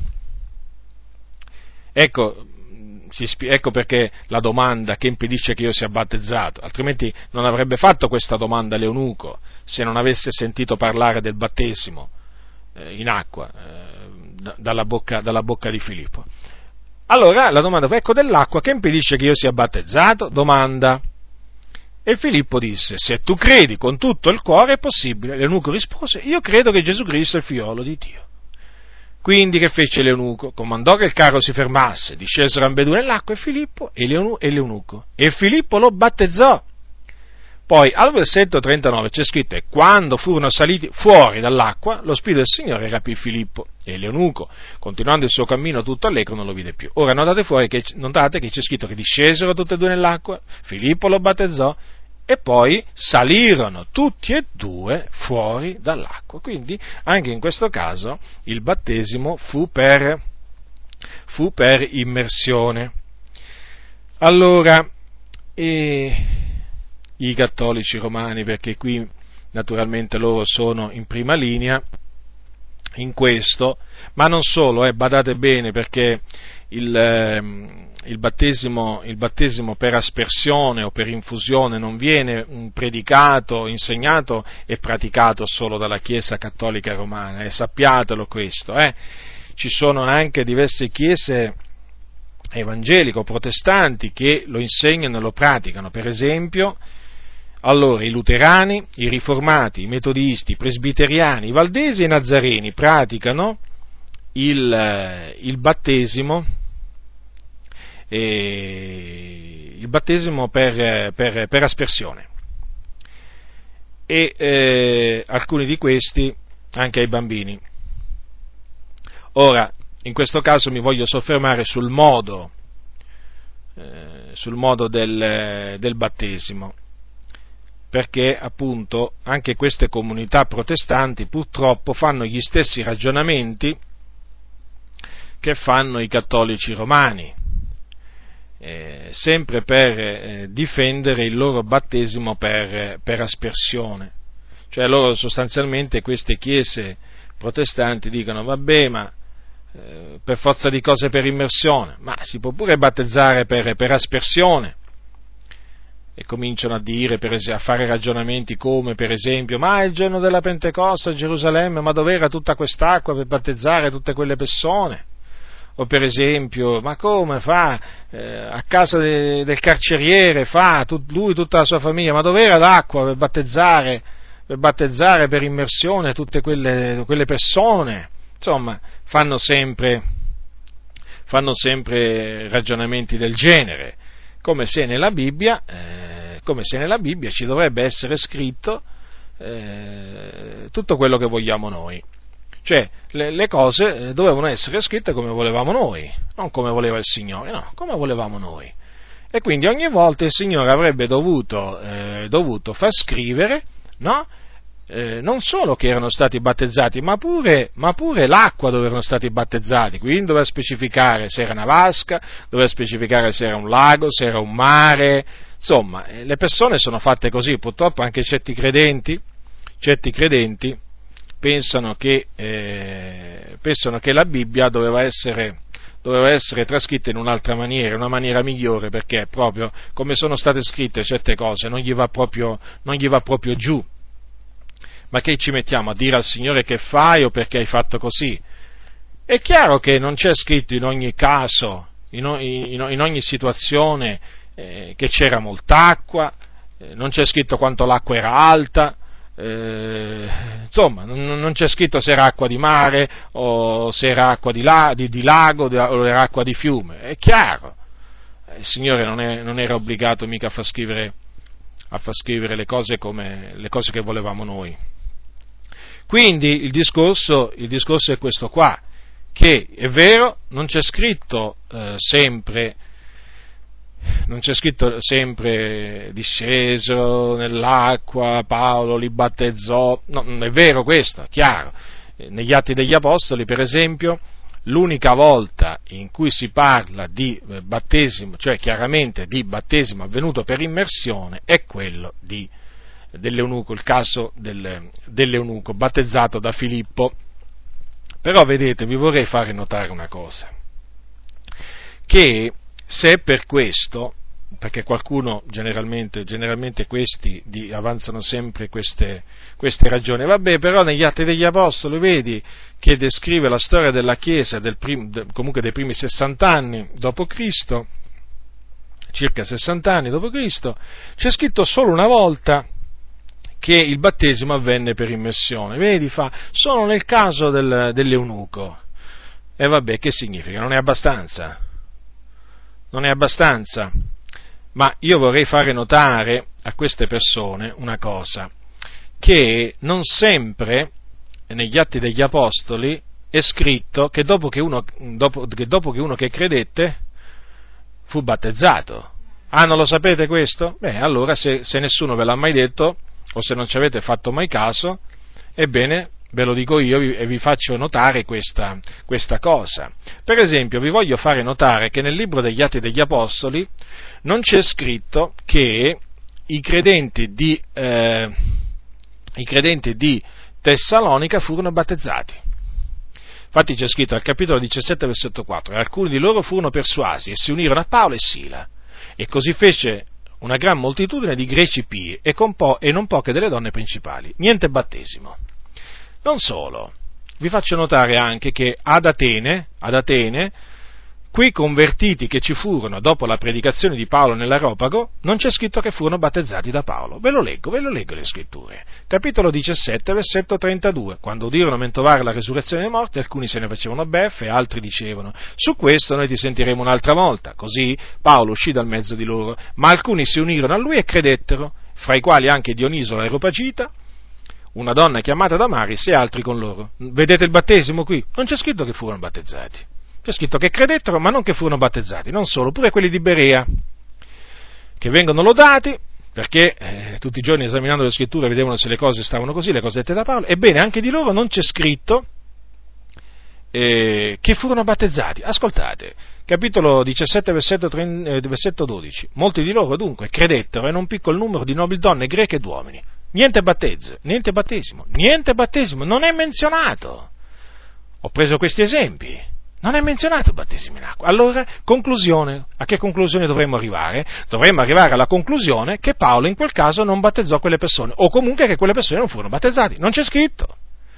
Ecco, si, ecco perché la domanda: che impedisce che io sia battezzato? Altrimenti non avrebbe fatto questa domanda l'eunuco se non avesse sentito parlare del battesimo eh, in acqua eh, dalla, bocca, dalla bocca di Filippo. Allora la domanda fu: ecco dell'acqua che impedisce che io sia battezzato? Domanda. E Filippo disse: se tu credi con tutto il cuore è possibile. L'eunuco rispose: io credo che Gesù Cristo è il figliolo di Dio. Quindi che fece l'eunuco? Comandò che il carro si fermasse, discesero ambedue nell'acqua, e Filippo e l'eunuco, e Filippo lo battezzò. Poi al versetto trentanove c'è scritto: e quando furono saliti fuori dall'acqua, lo Spirito del Signore rapì Filippo, e l'eunuco, continuando il suo cammino tutto allegro, non lo vide più. Ora notate, fuori che, notate che c'è scritto che discesero tutti e due nell'acqua, Filippo lo battezzò, e poi salirono tutti e due fuori dall'acqua. Quindi anche in questo caso il battesimo fu per, fu per immersione. Allora, e i cattolici romani, perché qui naturalmente loro sono in prima linea in questo, ma non solo, eh, badate bene, perché il, eh, il, battesimo, il battesimo per aspersione o per infusione non viene predicato, insegnato e praticato solo dalla Chiesa cattolica romana, e eh, sappiatelo questo, eh. Ci sono anche diverse chiese evangelico-protestanti che lo insegnano e lo praticano. Per esempio, allora, i luterani, i riformati, i metodisti, i presbiteriani, i valdesi e i nazareni praticano il, il battesimo, eh, il battesimo per, per, per aspersione, e eh, alcuni di questi anche ai bambini. Ora, in questo caso mi voglio soffermare sul modo, eh, sul modo del, del battesimo, perché appunto anche queste comunità protestanti purtroppo fanno gli stessi ragionamenti che fanno i cattolici romani, eh, sempre per eh, difendere il loro battesimo per, per aspersione. Cioè loro sostanzialmente, queste chiese protestanti, dicono: vabbè, ma eh, per forza di cose per immersione, ma si può pure battezzare per, per aspersione. E cominciano a dire, per esempio, a fare ragionamenti come, per esempio: ma il giorno della Pentecoste a Gerusalemme, ma dov'era tutta quest'acqua per battezzare tutte quelle persone? O per esempio: ma come fa eh, a casa de, del carceriere, fa tu, lui, tutta la sua famiglia, ma dov'era l'acqua per battezzare, per battezzare per immersione tutte quelle, quelle persone? Insomma, fanno sempre, fanno sempre ragionamenti del genere. Come se nella Bibbia, eh, come se nella Bibbia ci dovrebbe essere scritto eh, tutto quello che vogliamo noi. Cioè, le, le cose dovevano essere scritte come volevamo noi, non come voleva il Signore, no, come volevamo noi. E quindi ogni volta il Signore avrebbe dovuto, eh, dovuto far scrivere, no? Eh, non solo che erano stati battezzati, ma pure, ma pure l'acqua dove erano stati battezzati. Quindi doveva specificare se era una vasca, doveva specificare se era un lago, se era un mare. Insomma, eh, le persone sono fatte così. Purtroppo anche certi credenti, certi credenti pensano che, eh, pensano che la Bibbia doveva essere, doveva essere trascritta in un'altra maniera, una maniera migliore, perché proprio come sono state scritte certe cose non gli va proprio, non gli va proprio giù. Ma che ci mettiamo a dire al Signore che fai o perché hai fatto così? È chiaro che non c'è scritto in ogni caso, in ogni, in ogni situazione, eh, che c'era molt'acqua, eh, non c'è scritto quanto l'acqua era alta, eh, insomma, non, non c'è scritto se era acqua di mare o se era acqua di, la, di, di lago o era acqua di fiume. È chiaro, il Signore non, è, non era obbligato mica a far scrivere, a far scrivere le cose come le cose che volevamo noi. Quindi il discorso, il discorso è questo qua, che è vero, non c'è scritto eh, sempre, non c'è scritto sempre disceso nell'acqua, Paolo li battezzò, no, non è vero questo, è chiaro. Negli Atti degli Apostoli, per esempio, l'unica volta in cui si parla di battesimo, cioè chiaramente di battesimo avvenuto per immersione, è quello di dell'eunuco, il caso del, dell'eunuco battezzato da Filippo. Però vedete, vi vorrei fare notare una cosa, che se per questo, perché qualcuno generalmente, generalmente questi di, avanzano sempre queste, queste ragioni, vabbè, però negli Atti degli Apostoli vedi che descrive la storia della Chiesa del prim, de, comunque dei primi sessanta anni dopo Cristo, circa sessanta anni dopo Cristo, c'è scritto solo una volta che il battesimo avvenne per immersione. Vedi, fa, solo nel caso del, dell'eunuco, E vabbè, che significa? Non è abbastanza? Non è abbastanza? Ma io vorrei fare notare a queste persone una cosa, che non sempre negli Atti degli Apostoli è scritto che dopo che uno dopo, che, dopo che uno che credette fu battezzato. Ah, non lo sapete questo? Beh, allora se, se nessuno ve l'ha mai detto, o se non ci avete fatto mai caso, ebbene, ve lo dico io e vi faccio notare questa, questa cosa. Per esempio, vi voglio fare notare che nel libro degli Atti degli Apostoli non c'è scritto che i credenti di, eh, i credenti di Tessalonica furono battezzati. Infatti c'è scritto al capitolo diciassette, versetto quattro, e alcuni di loro furono persuasi e si unirono a Paolo e Sila, e così fece una gran moltitudine di greci pii e, con po- e non poche delle donne principali. Niente battesimo. Non solo, vi faccio notare anche che ad Atene, ad Atene, quei convertiti che ci furono dopo la predicazione di Paolo nell'Areopago, non c'è scritto che furono battezzati da Paolo. Ve lo leggo, ve lo leggo le scritture. Capitolo diciassette, versetto trentadue. Quando udirono mentovare la resurrezione dei morti, alcuni se ne facevano beffe, altri dicevano: su questo noi ti sentiremo un'altra volta. Così Paolo uscì dal mezzo di loro, ma alcuni si unirono a lui e credettero, fra i quali anche Dioniso l'Areopagita, una donna chiamata Damaris e altri con loro. Vedete il battesimo qui? Non c'è scritto che furono battezzati. C'è scritto che credettero, ma non che furono battezzati. Non solo, pure quelli di Berea, che vengono lodati, perché eh, tutti i giorni esaminando le scritture vedevano se le cose stavano così, le cose dette da Paolo. Ebbene, anche di loro non c'è scritto eh, che furono battezzati. Ascoltate, capitolo diciassette, versetto, trenta, eh, versetto dodici. Molti di loro dunque credettero, e non piccolo numero di nobili donne greche ed uomini. Niente battezzo, niente battesimo, niente battesimo, non è menzionato. Ho preso questi esempi. Non è menzionato il battesimo in acqua. Allora, conclusione. A che conclusione dovremmo arrivare? Dovremmo arrivare alla conclusione che Paolo in quel caso non battezzò quelle persone, o comunque che quelle persone non furono battezzati. Non c'è scritto.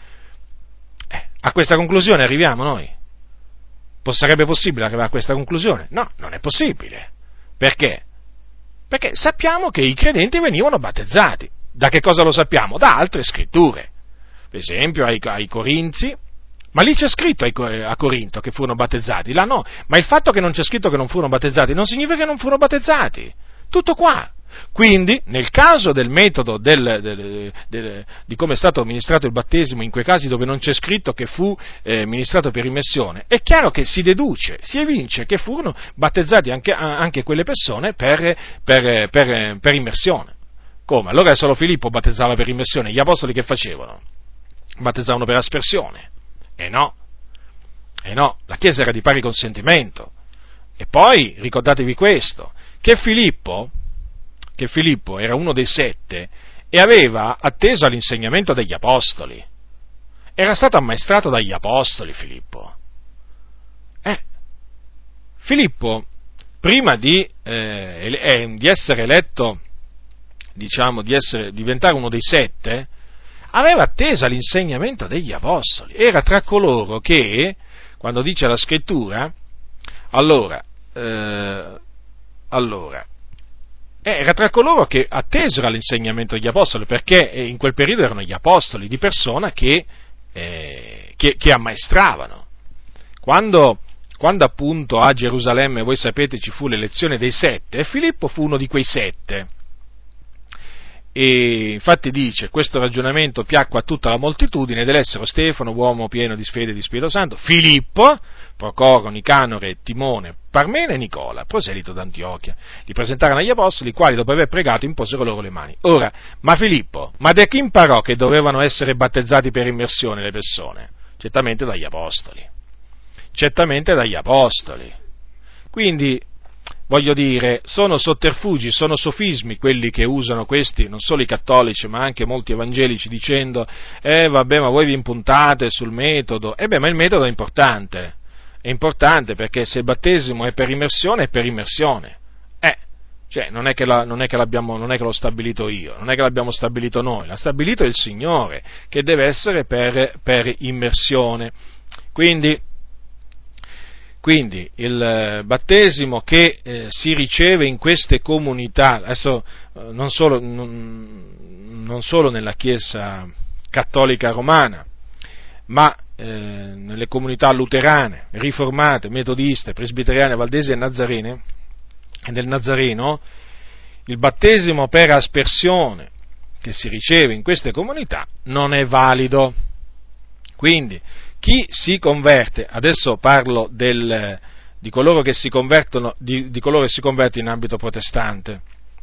Eh, a questa conclusione arriviamo noi. Sarebbe possibile arrivare a questa conclusione? No, non è possibile. Perché? Perché sappiamo che i credenti venivano battezzati. Da che cosa lo sappiamo? Da altre scritture. Per esempio ai, ai Corinzi. Ma lì c'è scritto a Corinto che furono battezzati, là no, ma il fatto che non c'è scritto che non furono battezzati non significa che non furono battezzati, tutto qua. Quindi, nel caso del metodo del, del, del, di come è stato ministrato il battesimo, in quei casi dove non c'è scritto che fu eh, ministrato per immersione, è chiaro che si deduce, si evince che furono battezzati anche, anche quelle persone per, per, per, per immersione. Come? Allora solo Filippo battezzava per immersione, gli apostoli che facevano? Battezzavano per aspersione. E no, e no, la Chiesa era di pari consentimento. E poi ricordatevi questo, che Filippo, che Filippo era uno dei sette e aveva atteso all'insegnamento degli apostoli. Era stato ammaestrato dagli apostoli Filippo. Eh, Filippo, prima di, eh, eh, di essere eletto, diciamo, di essere, diventare uno dei sette, aveva atteso all'insegnamento degli apostoli, era tra coloro che, quando dice la scrittura, allora, eh, allora, era tra coloro che attesero all'insegnamento degli apostoli, perché in quel periodo erano gli apostoli di persona che, eh, che, che ammaestravano. Quando, quando appunto a Gerusalemme, voi sapete, ci fu l'elezione dei sette, Filippo fu uno di quei sette. E infatti dice, questo ragionamento piacque a tutta la moltitudine ed elessero Stefano, uomo pieno di fede e di Spirito Santo, Filippo, Procoro, Nicanore, Timone, Parmena e Nicola, proselito d'Antiochia. Li presentarono agli apostoli, i quali dopo aver pregato imposero loro le mani. Ora, ma Filippo, ma da chi imparò che dovevano essere battezzati per immersione le persone? Certamente dagli apostoli. Certamente dagli apostoli. Quindi, voglio dire, sono sotterfugi, sono sofismi quelli che usano questi, non solo i cattolici, ma anche molti evangelici, dicendo, eh vabbè, ma voi vi impuntate sul metodo. Eh beh, ma il metodo è importante, è importante perché se il battesimo è per immersione, è per immersione. Eh, cioè, non è che, la, non è che l'abbiamo, non è che l'ho stabilito io, non è che l'abbiamo stabilito noi, l'ha stabilito il Signore, che deve essere per, per immersione. Quindi, Quindi il battesimo che eh, si riceve in queste comunità, adesso eh, non, solo, non, non solo nella Chiesa cattolica romana, ma eh, nelle comunità luterane, riformate, metodiste, presbiteriane, valdesi e nazarene, e del Nazareno, il battesimo per aspersione che si riceve in queste comunità non è valido. Quindi chi si converte, adesso parlo del, di coloro che si convertono, di, di coloro che si convertono in ambito protestante.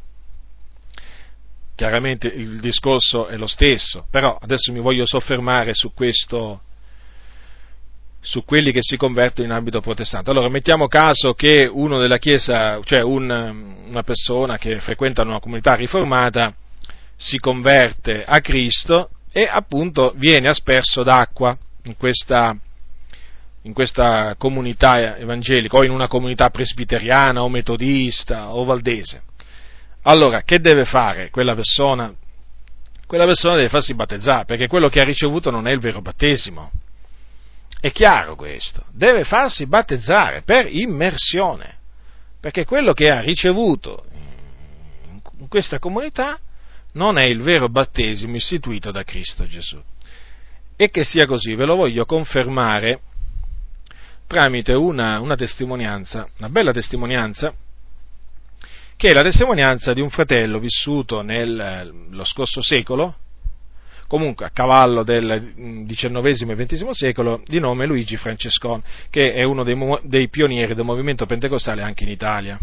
Chiaramente il discorso è lo stesso, però adesso mi voglio soffermare su questo, su quelli che si convertono in ambito protestante. Allora, mettiamo caso che uno della Chiesa, cioè un, una persona che frequenta una comunità riformata, si converte a Cristo e appunto viene asperso d'acqua in questa, in questa comunità evangelica, o in una comunità presbiteriana, o metodista, o valdese. Allora, che deve fare quella persona? Quella persona deve farsi battezzare, perché quello che ha ricevuto non è il vero battesimo. È chiaro questo, deve farsi battezzare per immersione, perché quello che ha ricevuto in questa comunità non è il vero battesimo istituito da Cristo Gesù. E che sia così, ve lo voglio confermare tramite una, una testimonianza, una bella testimonianza, che è la testimonianza di un fratello vissuto nello scorso secolo, comunque a cavallo del diciannovesimo e ventesimo secolo, di nome Luigi Francescon, che è uno dei, dei pionieri del movimento pentecostale anche in Italia.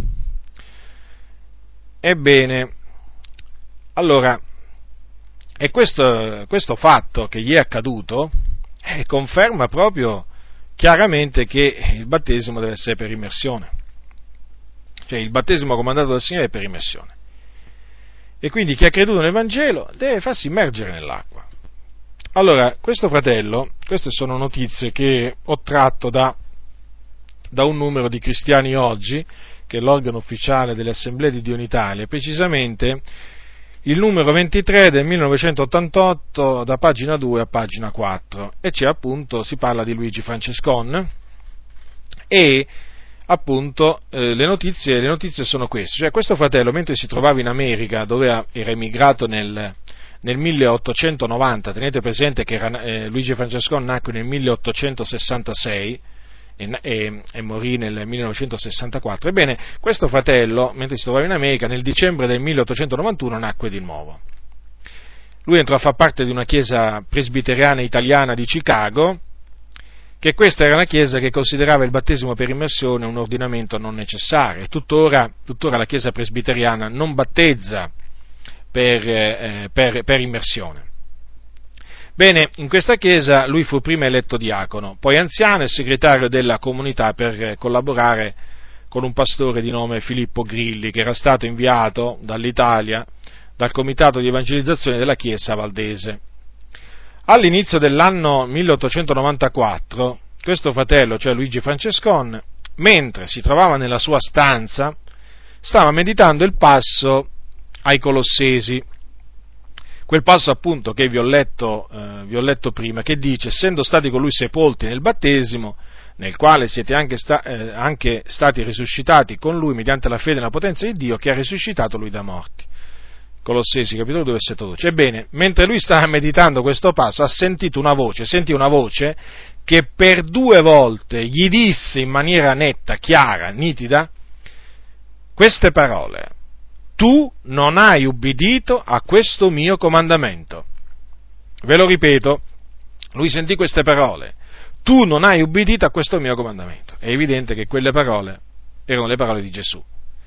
Ebbene, allora, e questo, questo fatto che gli è accaduto eh, conferma proprio chiaramente che il battesimo deve essere per immersione. Cioè il battesimo comandato dal Signore è per immersione. E quindi chi ha creduto nel Vangelo deve farsi immergere nell'acqua. Allora, questo fratello, queste sono notizie che ho tratto da, da un numero di Cristiani Oggi, che è l'organo ufficiale delle Assemblee di Dio in Italia, precisamente il numero ventitré del millenovecentottantotto, da pagina due a pagina quattro, e c'è appunto, si parla di Luigi Francescon, e appunto eh, le notizie, le notizie sono queste, cioè questo fratello mentre si trovava in America, dove era emigrato nel, nel milleottocentonovanta, tenete presente che era, eh, Luigi Francescon nacque nel milleottocentosessantasei e, e, e morì nel millenovecentosessantaquattro, ebbene questo fratello mentre si trovava in America nel dicembre del milleottocentonovantuno nacque di nuovo. Lui entrò a far parte di una chiesa presbiteriana italiana di Chicago, che questa era una chiesa che considerava il battesimo per immersione un ordinamento non necessario, e tuttora, tuttora la chiesa presbiteriana non battezza per, eh, per, per immersione. Bene, in questa chiesa lui fu prima eletto diacono, poi anziano e segretario della comunità per collaborare con un pastore di nome Filippo Grilli, che era stato inviato dall'Italia dal comitato di evangelizzazione della chiesa valdese. All'inizio dell'anno milleottocentonovantaquattro, questo fratello, cioè Luigi Francescon, mentre si trovava nella sua stanza, stava meditando il passo ai Colossesi, quel passo appunto che vi ho letto, eh, vi ho letto prima, che dice: essendo stati con lui sepolti nel battesimo, nel quale siete anche, sta, eh, anche stati risuscitati con lui mediante la fede nella potenza di Dio che ha risuscitato lui da morti. Colossesi capitolo due versetto dodici. Ebbene, mentre lui stava meditando questo passo, ha sentito una voce, sentì una voce che per due volte gli disse in maniera netta, chiara, nitida, queste parole: tu non hai ubbidito a questo mio comandamento. Ve lo ripeto, lui sentì queste parole: tu non hai ubbidito a questo mio comandamento. È evidente che quelle parole erano le parole di Gesù.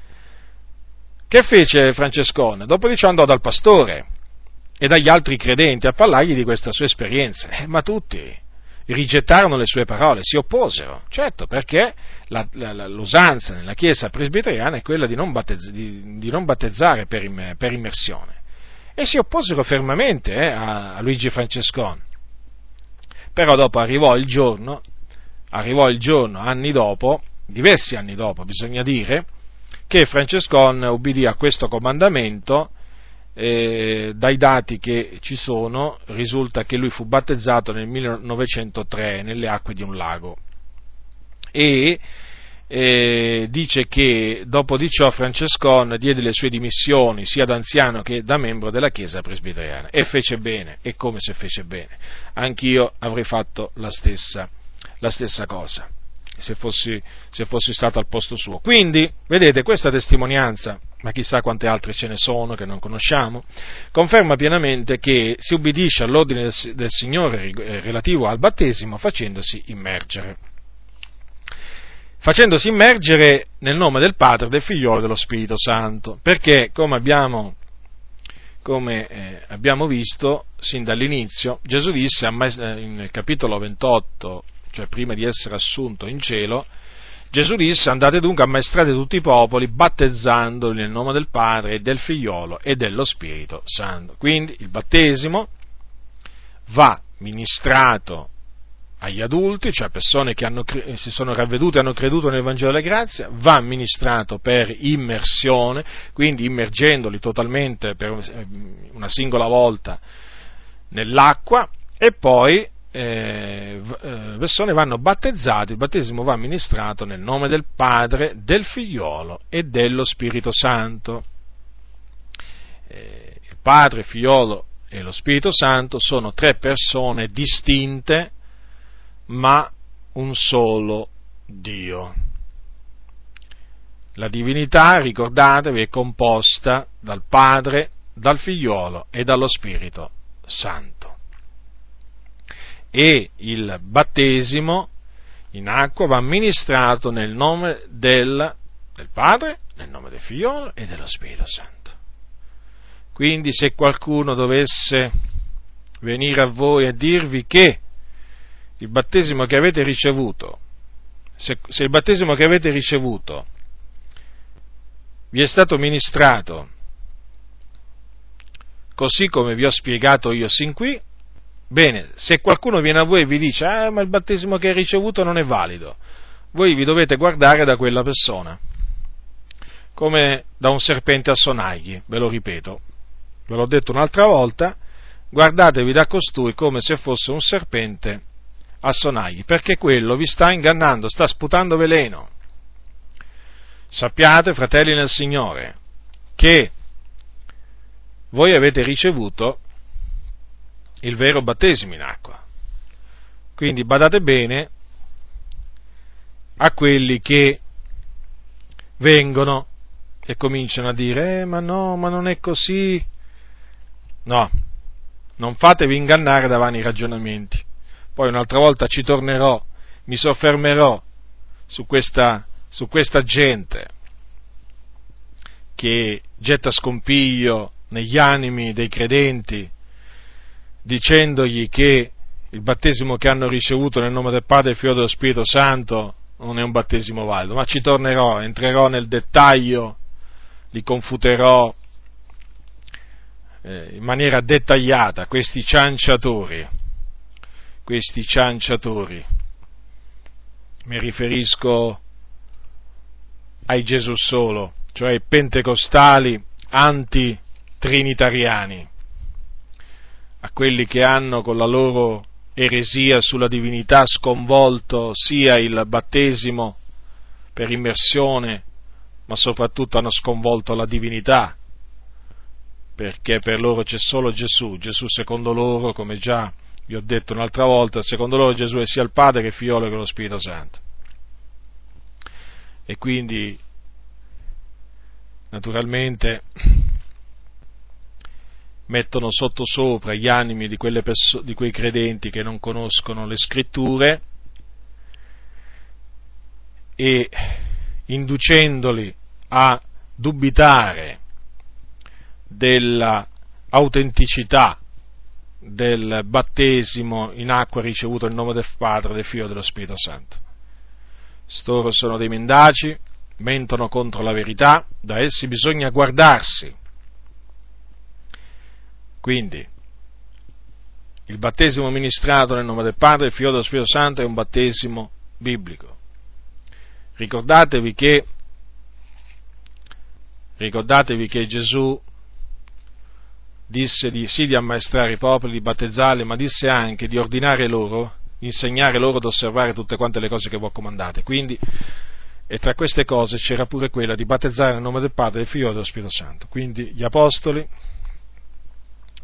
Che fece Francescon? Dopo di ciò andò dal pastore e dagli altri credenti a parlargli di questa sua esperienza, eh, ma tutti rigettarono le sue parole, si opposero, certo, perché la, la, l'usanza nella chiesa presbiteriana è quella di non, battezz- di, di non battezzare per, im- per immersione, e si opposero fermamente eh, a, a Luigi Francescon. Però dopo arrivò il giorno, arrivò il giorno, anni dopo, diversi anni dopo bisogna dire, che Francescon ubbidì a questo comandamento. Eh, dai dati che ci sono risulta che lui fu battezzato nel millenovecentotre nelle acque di un lago, e eh, dice che dopo di ciò Francescon diede le sue dimissioni sia da anziano che da membro della chiesa presbiteriana, e fece bene, e come se fece bene. Anch'io avrei fatto la stessa, la stessa cosa, se fossi, se fossi stato al posto suo. Quindi, vedete, questa testimonianza, ma chissà quante altre ce ne sono che non conosciamo, conferma pienamente che si ubbidisce all'ordine del, del Signore relativo al battesimo facendosi immergere. Facendosi immergere nel nome del Padre, del Figliolo e dello Spirito Santo, perché, come abbiamo, come, eh, abbiamo visto sin dall'inizio, Gesù disse nel capitolo ventotto, cioè prima di essere assunto in cielo, Gesù disse: andate dunque, ammaestrate tutti i popoli, battezzandoli nel nome del Padre e del Figliolo e dello Spirito Santo. Quindi il battesimo va ministrato agli adulti, cioè persone che hanno, si sono ravvedute e hanno creduto nel Vangelo della Grazia, va amministrato per immersione, quindi immergendoli totalmente per una singola volta nell'acqua, e poi eh, persone vanno battezzate. Il battesimo va amministrato nel nome del Padre, del Figliolo e dello Spirito Santo. Eh, il Padre, il Figliolo e lo Spirito Santo sono tre persone distinte, ma un solo Dio. La divinità, ricordatevi, è composta dal Padre, dal Figliolo e dallo Spirito Santo. E il battesimo in acqua va amministrato nel nome del, del Padre, nel nome del Figliolo e dello Spirito Santo. Quindi, se qualcuno dovesse venire a voi a dirvi che il battesimo che avete ricevuto, se, se il battesimo che avete ricevuto vi è stato ministrato così come vi ho spiegato io sin qui, bene, se qualcuno viene a voi e vi dice: ah, ma il battesimo che hai ricevuto non è valido, voi vi dovete guardare da quella persona, come da un serpente a sonagli, ve lo ripeto, ve l'ho detto un'altra volta, guardatevi da costui come se fosse un serpente a sonagli, perché quello vi sta ingannando, sta sputando veleno. Sappiate, fratelli nel Signore, che voi avete ricevuto il vero battesimo in acqua. Quindi badate bene a quelli che vengono e cominciano a dire: eh, ma no, ma non è così. No, non fatevi ingannare da vani ragionamenti. Poi un'altra volta ci tornerò, mi soffermerò su questa, su questa gente che getta scompiglio negli animi dei credenti, dicendogli che il battesimo che hanno ricevuto nel nome del Padre, del Figlio e dello Spirito Santo non è un battesimo valido, ma ci tornerò, entrerò nel dettaglio, li confuterò eh, in maniera dettagliata, questi cianciatori. Questi cianciatori, mi riferisco ai Gesù solo, cioè ai pentecostali antitrinitariani, a quelli che hanno con la loro eresia sulla divinità sconvolto sia il battesimo per immersione, ma soprattutto hanno sconvolto la divinità, perché per loro c'è solo Gesù. Gesù secondo loro, come già vi ho detto un'altra volta, secondo loro Gesù è sia il Padre che il Figliolo che lo Spirito Santo. E quindi, naturalmente, mettono sottosopra gli animi di, quelle perso- di quei credenti che non conoscono le Scritture e inducendoli a dubitare della autenticità del battesimo in acqua ricevuto nel nome del Padre, del Figlio e dello Spirito Santo. Storo sono dei mendaci, mentono contro la verità, da essi bisogna guardarsi. Quindi, il battesimo ministrato nel nome del Padre, del Figlio e dello Spirito Santo è un battesimo biblico. Ricordatevi che, ricordatevi che Gesù disse di, sì di ammaestrare i popoli, di battezzarli, ma disse anche di ordinare loro, insegnare loro ad osservare tutte quante le cose che vi ho comandate. Quindi, e tra queste cose c'era pure quella di battezzare nel nome del Padre, del Figlio e dello Spirito Santo. Quindi gli apostoli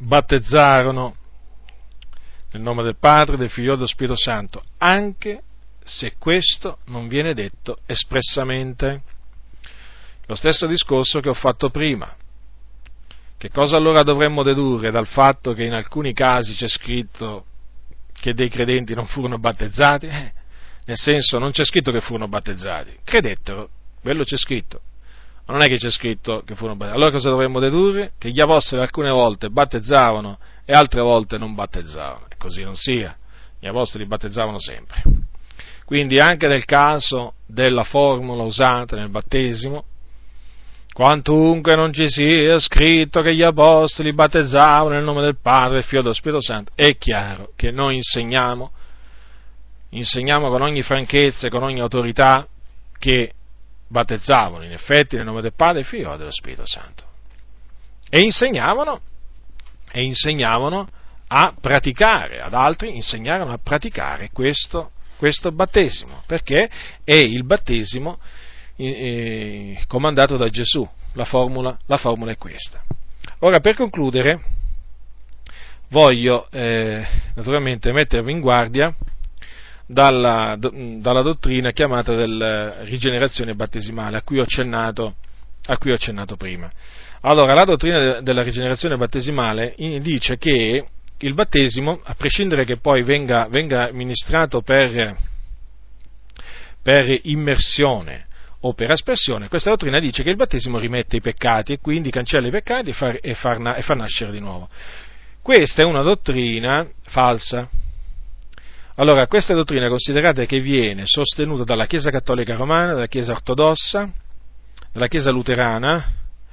battezzarono nel nome del Padre, del Figlio e dello Spirito Santo, anche se questo non viene detto espressamente. Lo stesso discorso che ho fatto prima. Che cosa allora dovremmo dedurre dal fatto che in alcuni casi c'è scritto che dei credenti non furono battezzati? Eh, nel senso, non c'è scritto che furono battezzati, credettero, quello c'è scritto. Ma non è che c'è scritto che furono battezzati. Allora cosa dovremmo dedurre? Che gli apostoli alcune volte battezzavano e altre volte non battezzavano. E così non sia. Gli apostoli battezzavano sempre. Quindi anche nel caso della formula usata nel battesimo, quantunque non ci sia scritto che gli apostoli battezzavano nel nome del Padre, del Figlio e dello Spirito Santo, è chiaro che noi insegniamo, insegniamo con ogni franchezza e con ogni autorità che battezzavano in effetti nel nome del Padre, del Figlio e dello Spirito Santo. E insegnavano, e insegnavano a praticare, ad altri insegnavano a praticare questo, questo battesimo, perché è il battesimo eh, comandato da Gesù. La formula, la formula è questa. Ora, per concludere, voglio eh, naturalmente mettervi in guardia dalla, dalla dottrina chiamata della rigenerazione battesimale, a cui ho accennato, a cui ho accennato prima. Allora, la dottrina della rigenerazione battesimale dice che il battesimo, a prescindere che poi venga, venga ministrato per, per immersione o per aspersione, questa dottrina dice che il battesimo rimette i peccati e quindi cancella i peccati e fa, e fa, e fa nascere di nuovo. Questa è una dottrina falsa. Allora, questa dottrina considerate che viene sostenuta dalla Chiesa Cattolica Romana, dalla Chiesa Ortodossa, dalla Chiesa Luterana,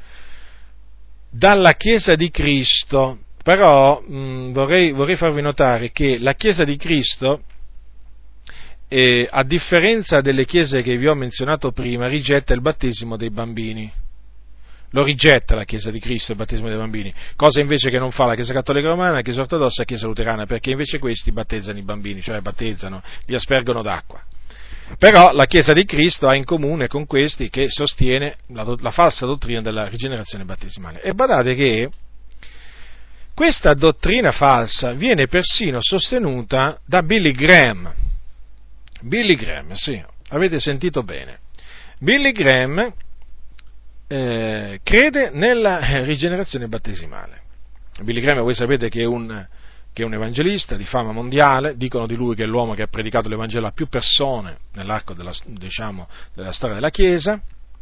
dalla Chiesa di Cristo. Però mh, vorrei, vorrei farvi notare che la Chiesa di Cristo, eh, a differenza delle chiese che vi ho menzionato prima, rigetta il battesimo dei bambini. Lo rigetta la Chiesa di Cristo, il battesimo dei bambini, cosa invece che non fa la Chiesa Cattolica Romana, la Chiesa Ortodossa e la Chiesa Luterana, perché invece questi battezzano i bambini, cioè battezzano, li aspergono d'acqua. Però la Chiesa di Cristo ha in comune con questi che sostiene la, la falsa dottrina della rigenerazione battesimale. E badate che questa dottrina falsa viene persino sostenuta da Billy Graham. Billy Graham, sì, avete sentito bene. Billy Graham eh, crede nella rigenerazione battesimale. Billy Graham, voi sapete che è, un, che è un evangelista di fama mondiale, dicono di lui che è l'uomo che ha predicato l'Evangelo a più persone nell'arco della, diciamo, della storia della Chiesa,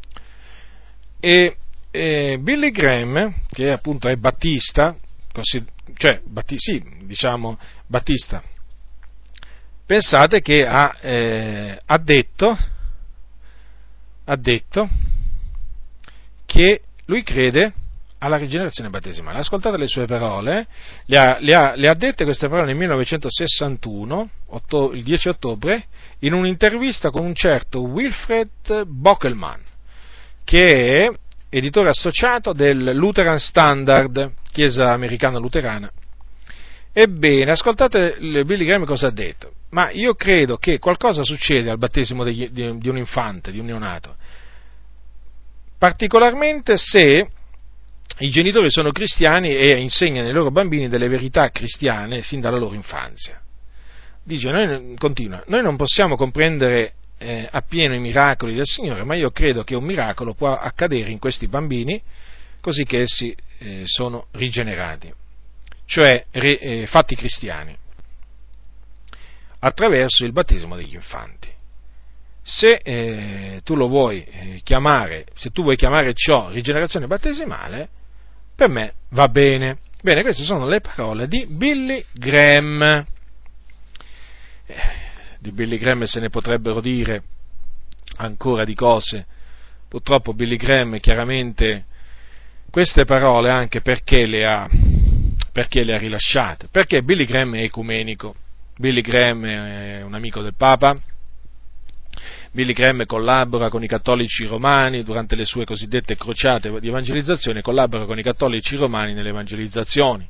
e, e Billy Graham, che appunto è battista, cioè, batti, sì, diciamo, battista, pensate che ha, eh, ha detto, ha detto che lui crede alla rigenerazione battesimale. Ascoltate le sue parole, le ha, le ha, le ha dette queste parole nel millenovecentosessantuno, otto, il dieci ottobre, in un'intervista con un certo Wilfred Bockelman, che è editore associato del Lutheran Standard, chiesa americana luterana. Ebbene, ascoltate Billy Graham cosa ha detto. Ma io credo che qualcosa succede al battesimo di, di, di un infante, di un neonato, particolarmente se i genitori sono cristiani e insegnano ai loro bambini delle verità cristiane sin dalla loro infanzia. Dice, noi, continua, noi non possiamo comprendere eh, appieno i miracoli del Signore, ma io credo che un miracolo può accadere in questi bambini così che essi eh, sono rigenerati, cioè re, eh, fatti cristiani, attraverso il battesimo degli infanti. Se eh, tu lo vuoi eh, chiamare, se tu vuoi chiamare ciò rigenerazione battesimale, per me va bene. Bene, queste sono le parole di Billy Graham. Eh, di Billy Graham se ne potrebbero dire ancora di cose. Purtroppo Billy Graham chiaramente queste parole anche perché le ha, perché le ha rilasciate? Perché Billy Graham è ecumenico. Billy Graham è un amico del Papa. Billy Graham collabora con i cattolici romani durante le sue cosiddette crociate di evangelizzazione, collabora con i cattolici romani nelle evangelizzazioni.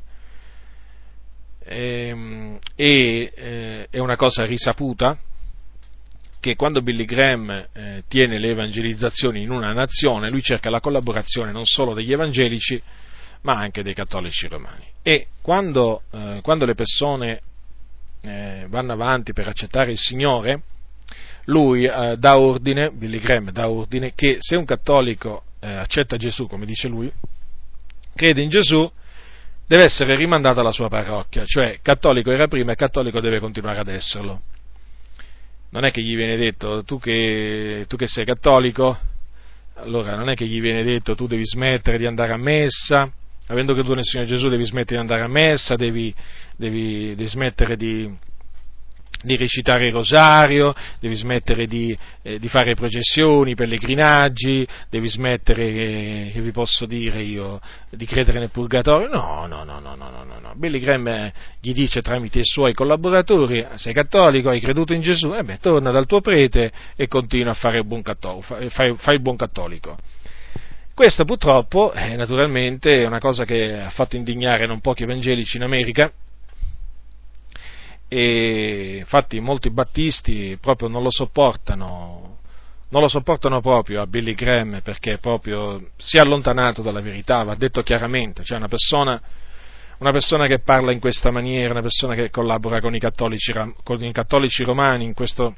E, e eh, è una cosa risaputa che quando Billy Graham eh, tiene le evangelizzazioni in una nazione, lui cerca la collaborazione non solo degli evangelici, ma anche dei cattolici romani. E quando, eh, quando le persone eh, vanno avanti per accettare il Signore, lui eh, dà ordine, Billy Graham dà ordine, che se un cattolico eh, accetta Gesù, come dice lui, crede in Gesù, deve essere rimandato alla sua parrocchia, cioè cattolico era prima e cattolico deve continuare ad esserlo. Non è che gli viene detto, tu che, tu che sei cattolico, allora non è che gli viene detto tu devi smettere di andare a messa, avendo creduto nel Signore Gesù devi smettere di andare a messa, devi, devi, devi smettere di, di recitare il rosario, devi smettere di, eh, di fare processioni, pellegrinaggi, devi smettere, eh, che vi posso dire io, di credere nel purgatorio. No, no, no, no, no, no, no, no. Billy Graham gli dice tramite i suoi collaboratori, sei cattolico, hai creduto in Gesù, e beh, torna dal tuo prete e continua a fare il buon cattolico, fai, fai il buon cattolico. Questo purtroppo, eh, naturalmente, è una cosa che ha fatto indignare non pochi evangelici in America, e infatti molti battisti proprio non lo sopportano, non lo sopportano proprio a Billy Graham, perché proprio si è allontanato dalla verità, va detto chiaramente, cioè una persona, una persona che parla in questa maniera, una persona che collabora con i cattolici, con i cattolici romani in, questo,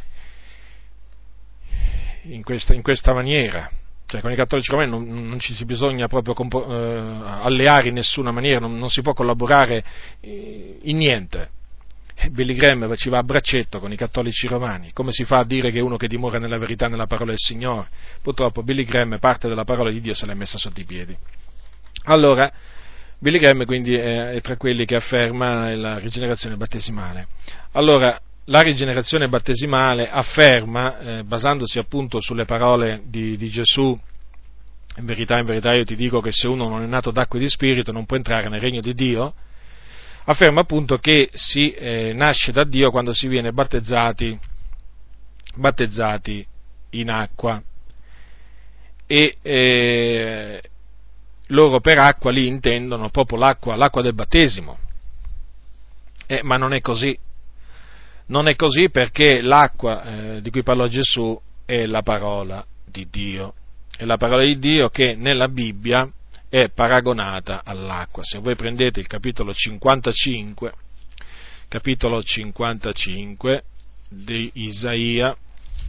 in, questa, in questa maniera, cioè con i cattolici romani non, non ci si bisogna proprio compo, eh, alleare in nessuna maniera, non, non si può collaborare in niente. Billy Graham ci va a braccetto con i cattolici romani. Come si fa a dire che uno che dimora nella verità nella parola del Signore? Purtroppo Billy Graham parte della parola di Dio se l'è messa sotto i piedi. Allora, Billy Graham quindi è, è tra quelli che afferma la rigenerazione battesimale. Allora, la rigenerazione battesimale afferma, eh, basandosi appunto sulle parole di, di Gesù, in verità, in verità io ti dico che se uno non è nato d'acqua e di spirito non può entrare nel regno di Dio, afferma appunto che si eh, nasce da Dio quando si viene battezzati, battezzati in acqua, e eh, loro per acqua lì intendono proprio l'acqua, l'acqua del battesimo, eh, ma non è così, non è così perché l'acqua eh, di cui parlò Gesù è la parola di Dio, è la parola di Dio che nella Bibbia è paragonata all'acqua. Se voi prendete il capitolo cinquantacinque, capitolo cinquantacinque di Isaia,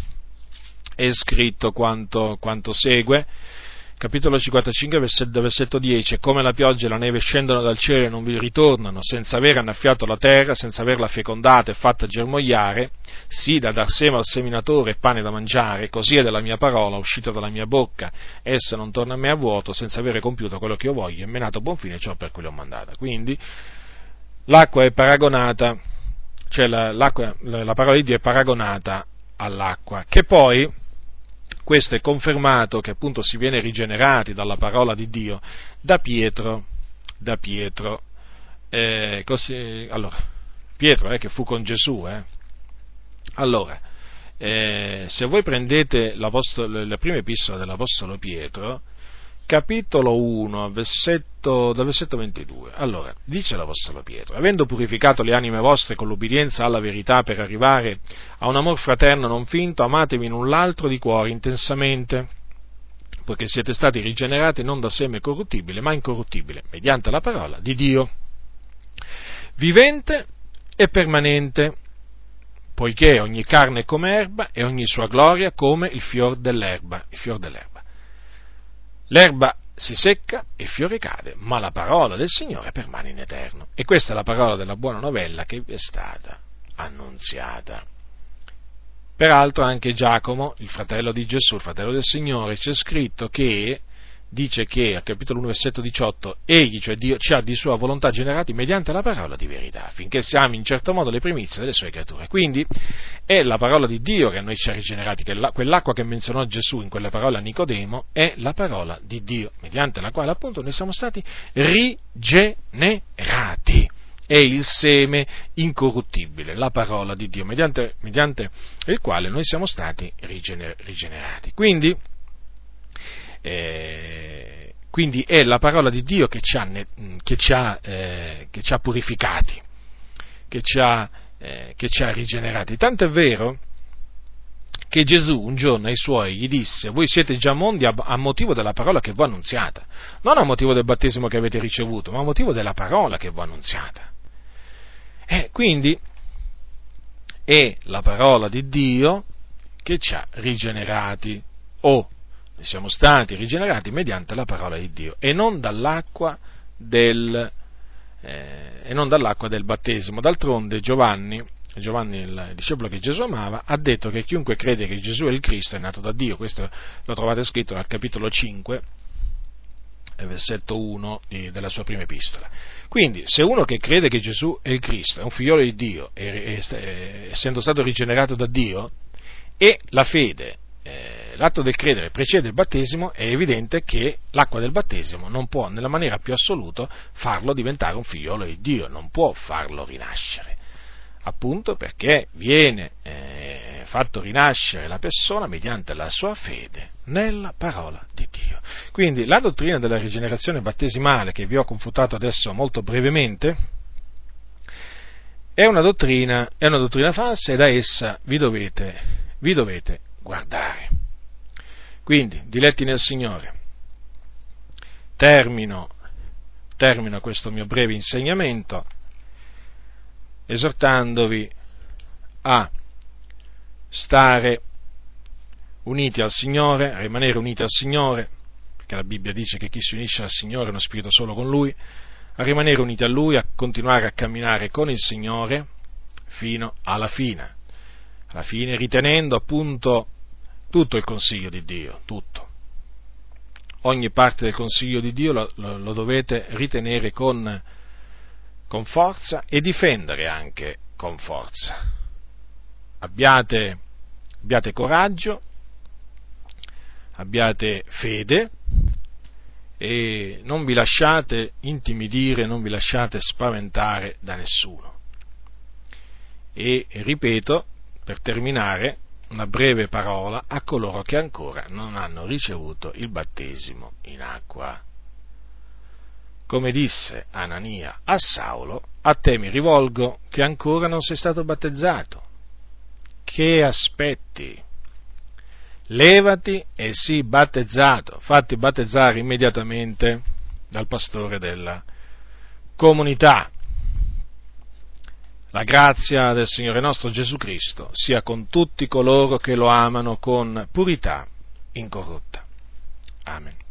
è scritto quanto, quanto segue. Capitolo cinquantacinque, versetto, versetto dieci: come la pioggia e la neve scendono dal cielo e non vi ritornano, senza aver annaffiato la terra, senza averla fecondata e fatta germogliare, sì da dar seme al seminatore e pane da mangiare, così è della mia parola uscita dalla mia bocca, essa non torna a me a vuoto, senza avere compiuto quello che io voglio, e menato a buon fine ciò per cui l'ho mandata. Quindi l'acqua è paragonata, cioè la, l'acqua, la parola di Dio è paragonata all'acqua, che poi questo è confermato, che appunto si viene rigenerati dalla parola di Dio, da Pietro, da Pietro, eh, così, allora, Pietro eh, che fu con Gesù, eh. Allora, eh, se voi prendete la prima epistola dell'Apostolo Pietro, capitolo uno, versetto, dal versetto ventidue, allora, dice l'Apostolo Pietro: avendo purificato le anime vostre con l'ubbidienza alla verità per arrivare a un amor fraterno non finto, amatevi l'un l'altro di cuore intensamente, poiché siete stati rigenerati non da seme corruttibile, ma incorruttibile, mediante la parola di Dio, vivente e permanente, poiché ogni carne è come erba e ogni sua gloria come il fior dell'erba, il fior dell'erba. L'erba si secca e il fiore cade, ma la parola del Signore permane in eterno. E questa è la parola della buona novella che vi è stata annunziata. Peraltro anche Giacomo, il fratello di Gesù, il fratello del Signore, c'è scritto che, dice che, al capitolo uno, versetto diciotto, egli, cioè Dio, ci ha di sua volontà generati mediante la parola di verità, affinché siamo in certo modo le primizie delle sue creature. Quindi è la parola di Dio che a noi ci ha rigenerati, che quell'acqua che menzionò Gesù in quelle parole a Nicodemo è la parola di Dio, mediante la quale appunto noi siamo stati rigenerati. È il seme incorruttibile, la parola di Dio, mediante, mediante il quale noi siamo stati rigener- rigenerati. Quindi, Eh, quindi è la parola di Dio che ci ha, che ci ha, eh, che ci ha purificati, che ci ha, eh, che ci ha rigenerati. Tanto è vero che Gesù un giorno ai suoi gli disse: voi siete già mondi a, a motivo della parola che vi ho annunziata, non a motivo del battesimo che avete ricevuto, ma a motivo della parola che vi ho annunziata. E quindi è la parola di Dio che ci ha rigenerati, o siamo stati rigenerati mediante la parola di Dio e non dall'acqua del, eh, e non dall'acqua del battesimo. D'altronde Giovanni, Giovanni, il discepolo che Gesù amava, ha detto che chiunque crede che Gesù è il Cristo è nato da Dio. Questo lo trovate scritto nel capitolo cinque, versetto uno di, della sua prima epistola. Quindi, se uno che crede che Gesù è il Cristo è un figliolo di Dio, e, e, e, essendo stato rigenerato da Dio, e la fede, eh, l'atto del credere precede il battesimo, è evidente che l'acqua del battesimo non può, nella maniera più assoluta, farlo diventare un figliolo di Dio, non può farlo rinascere. Appunto perché viene eh, fatto rinascere la persona mediante la sua fede nella parola di Dio. Quindi la dottrina della rigenerazione battesimale, che vi ho confutato adesso molto brevemente, è una dottrina, è una dottrina falsa, e da essa vi dovete, vi dovete guardare. Quindi, diletti nel Signore, termino, termino questo mio breve insegnamento esortandovi a stare uniti al Signore, a rimanere uniti al Signore, perché la Bibbia dice che chi si unisce al Signore è uno spirito solo con Lui, a rimanere uniti a Lui, a continuare a camminare con il Signore fino alla fine, alla fine ritenendo appunto tutto il consiglio di Dio, tutto. Ogni parte del consiglio di Dio lo, lo, lo dovete ritenere con con forza e difendere anche con forza. Abbiate, abbiate coraggio, abbiate fede e non vi lasciate intimidire, non vi lasciate spaventare da nessuno. E ripeto, per terminare, una breve parola a coloro che ancora non hanno ricevuto il battesimo in acqua. Come disse Anania a Saulo, a te mi rivolgo che ancora non sei stato battezzato. Che aspetti? Levati e sii battezzato. Fatti battezzare immediatamente dal pastore della comunità. La grazia del Signore nostro Gesù Cristo sia con tutti coloro che lo amano con purità incorrotta. Amen.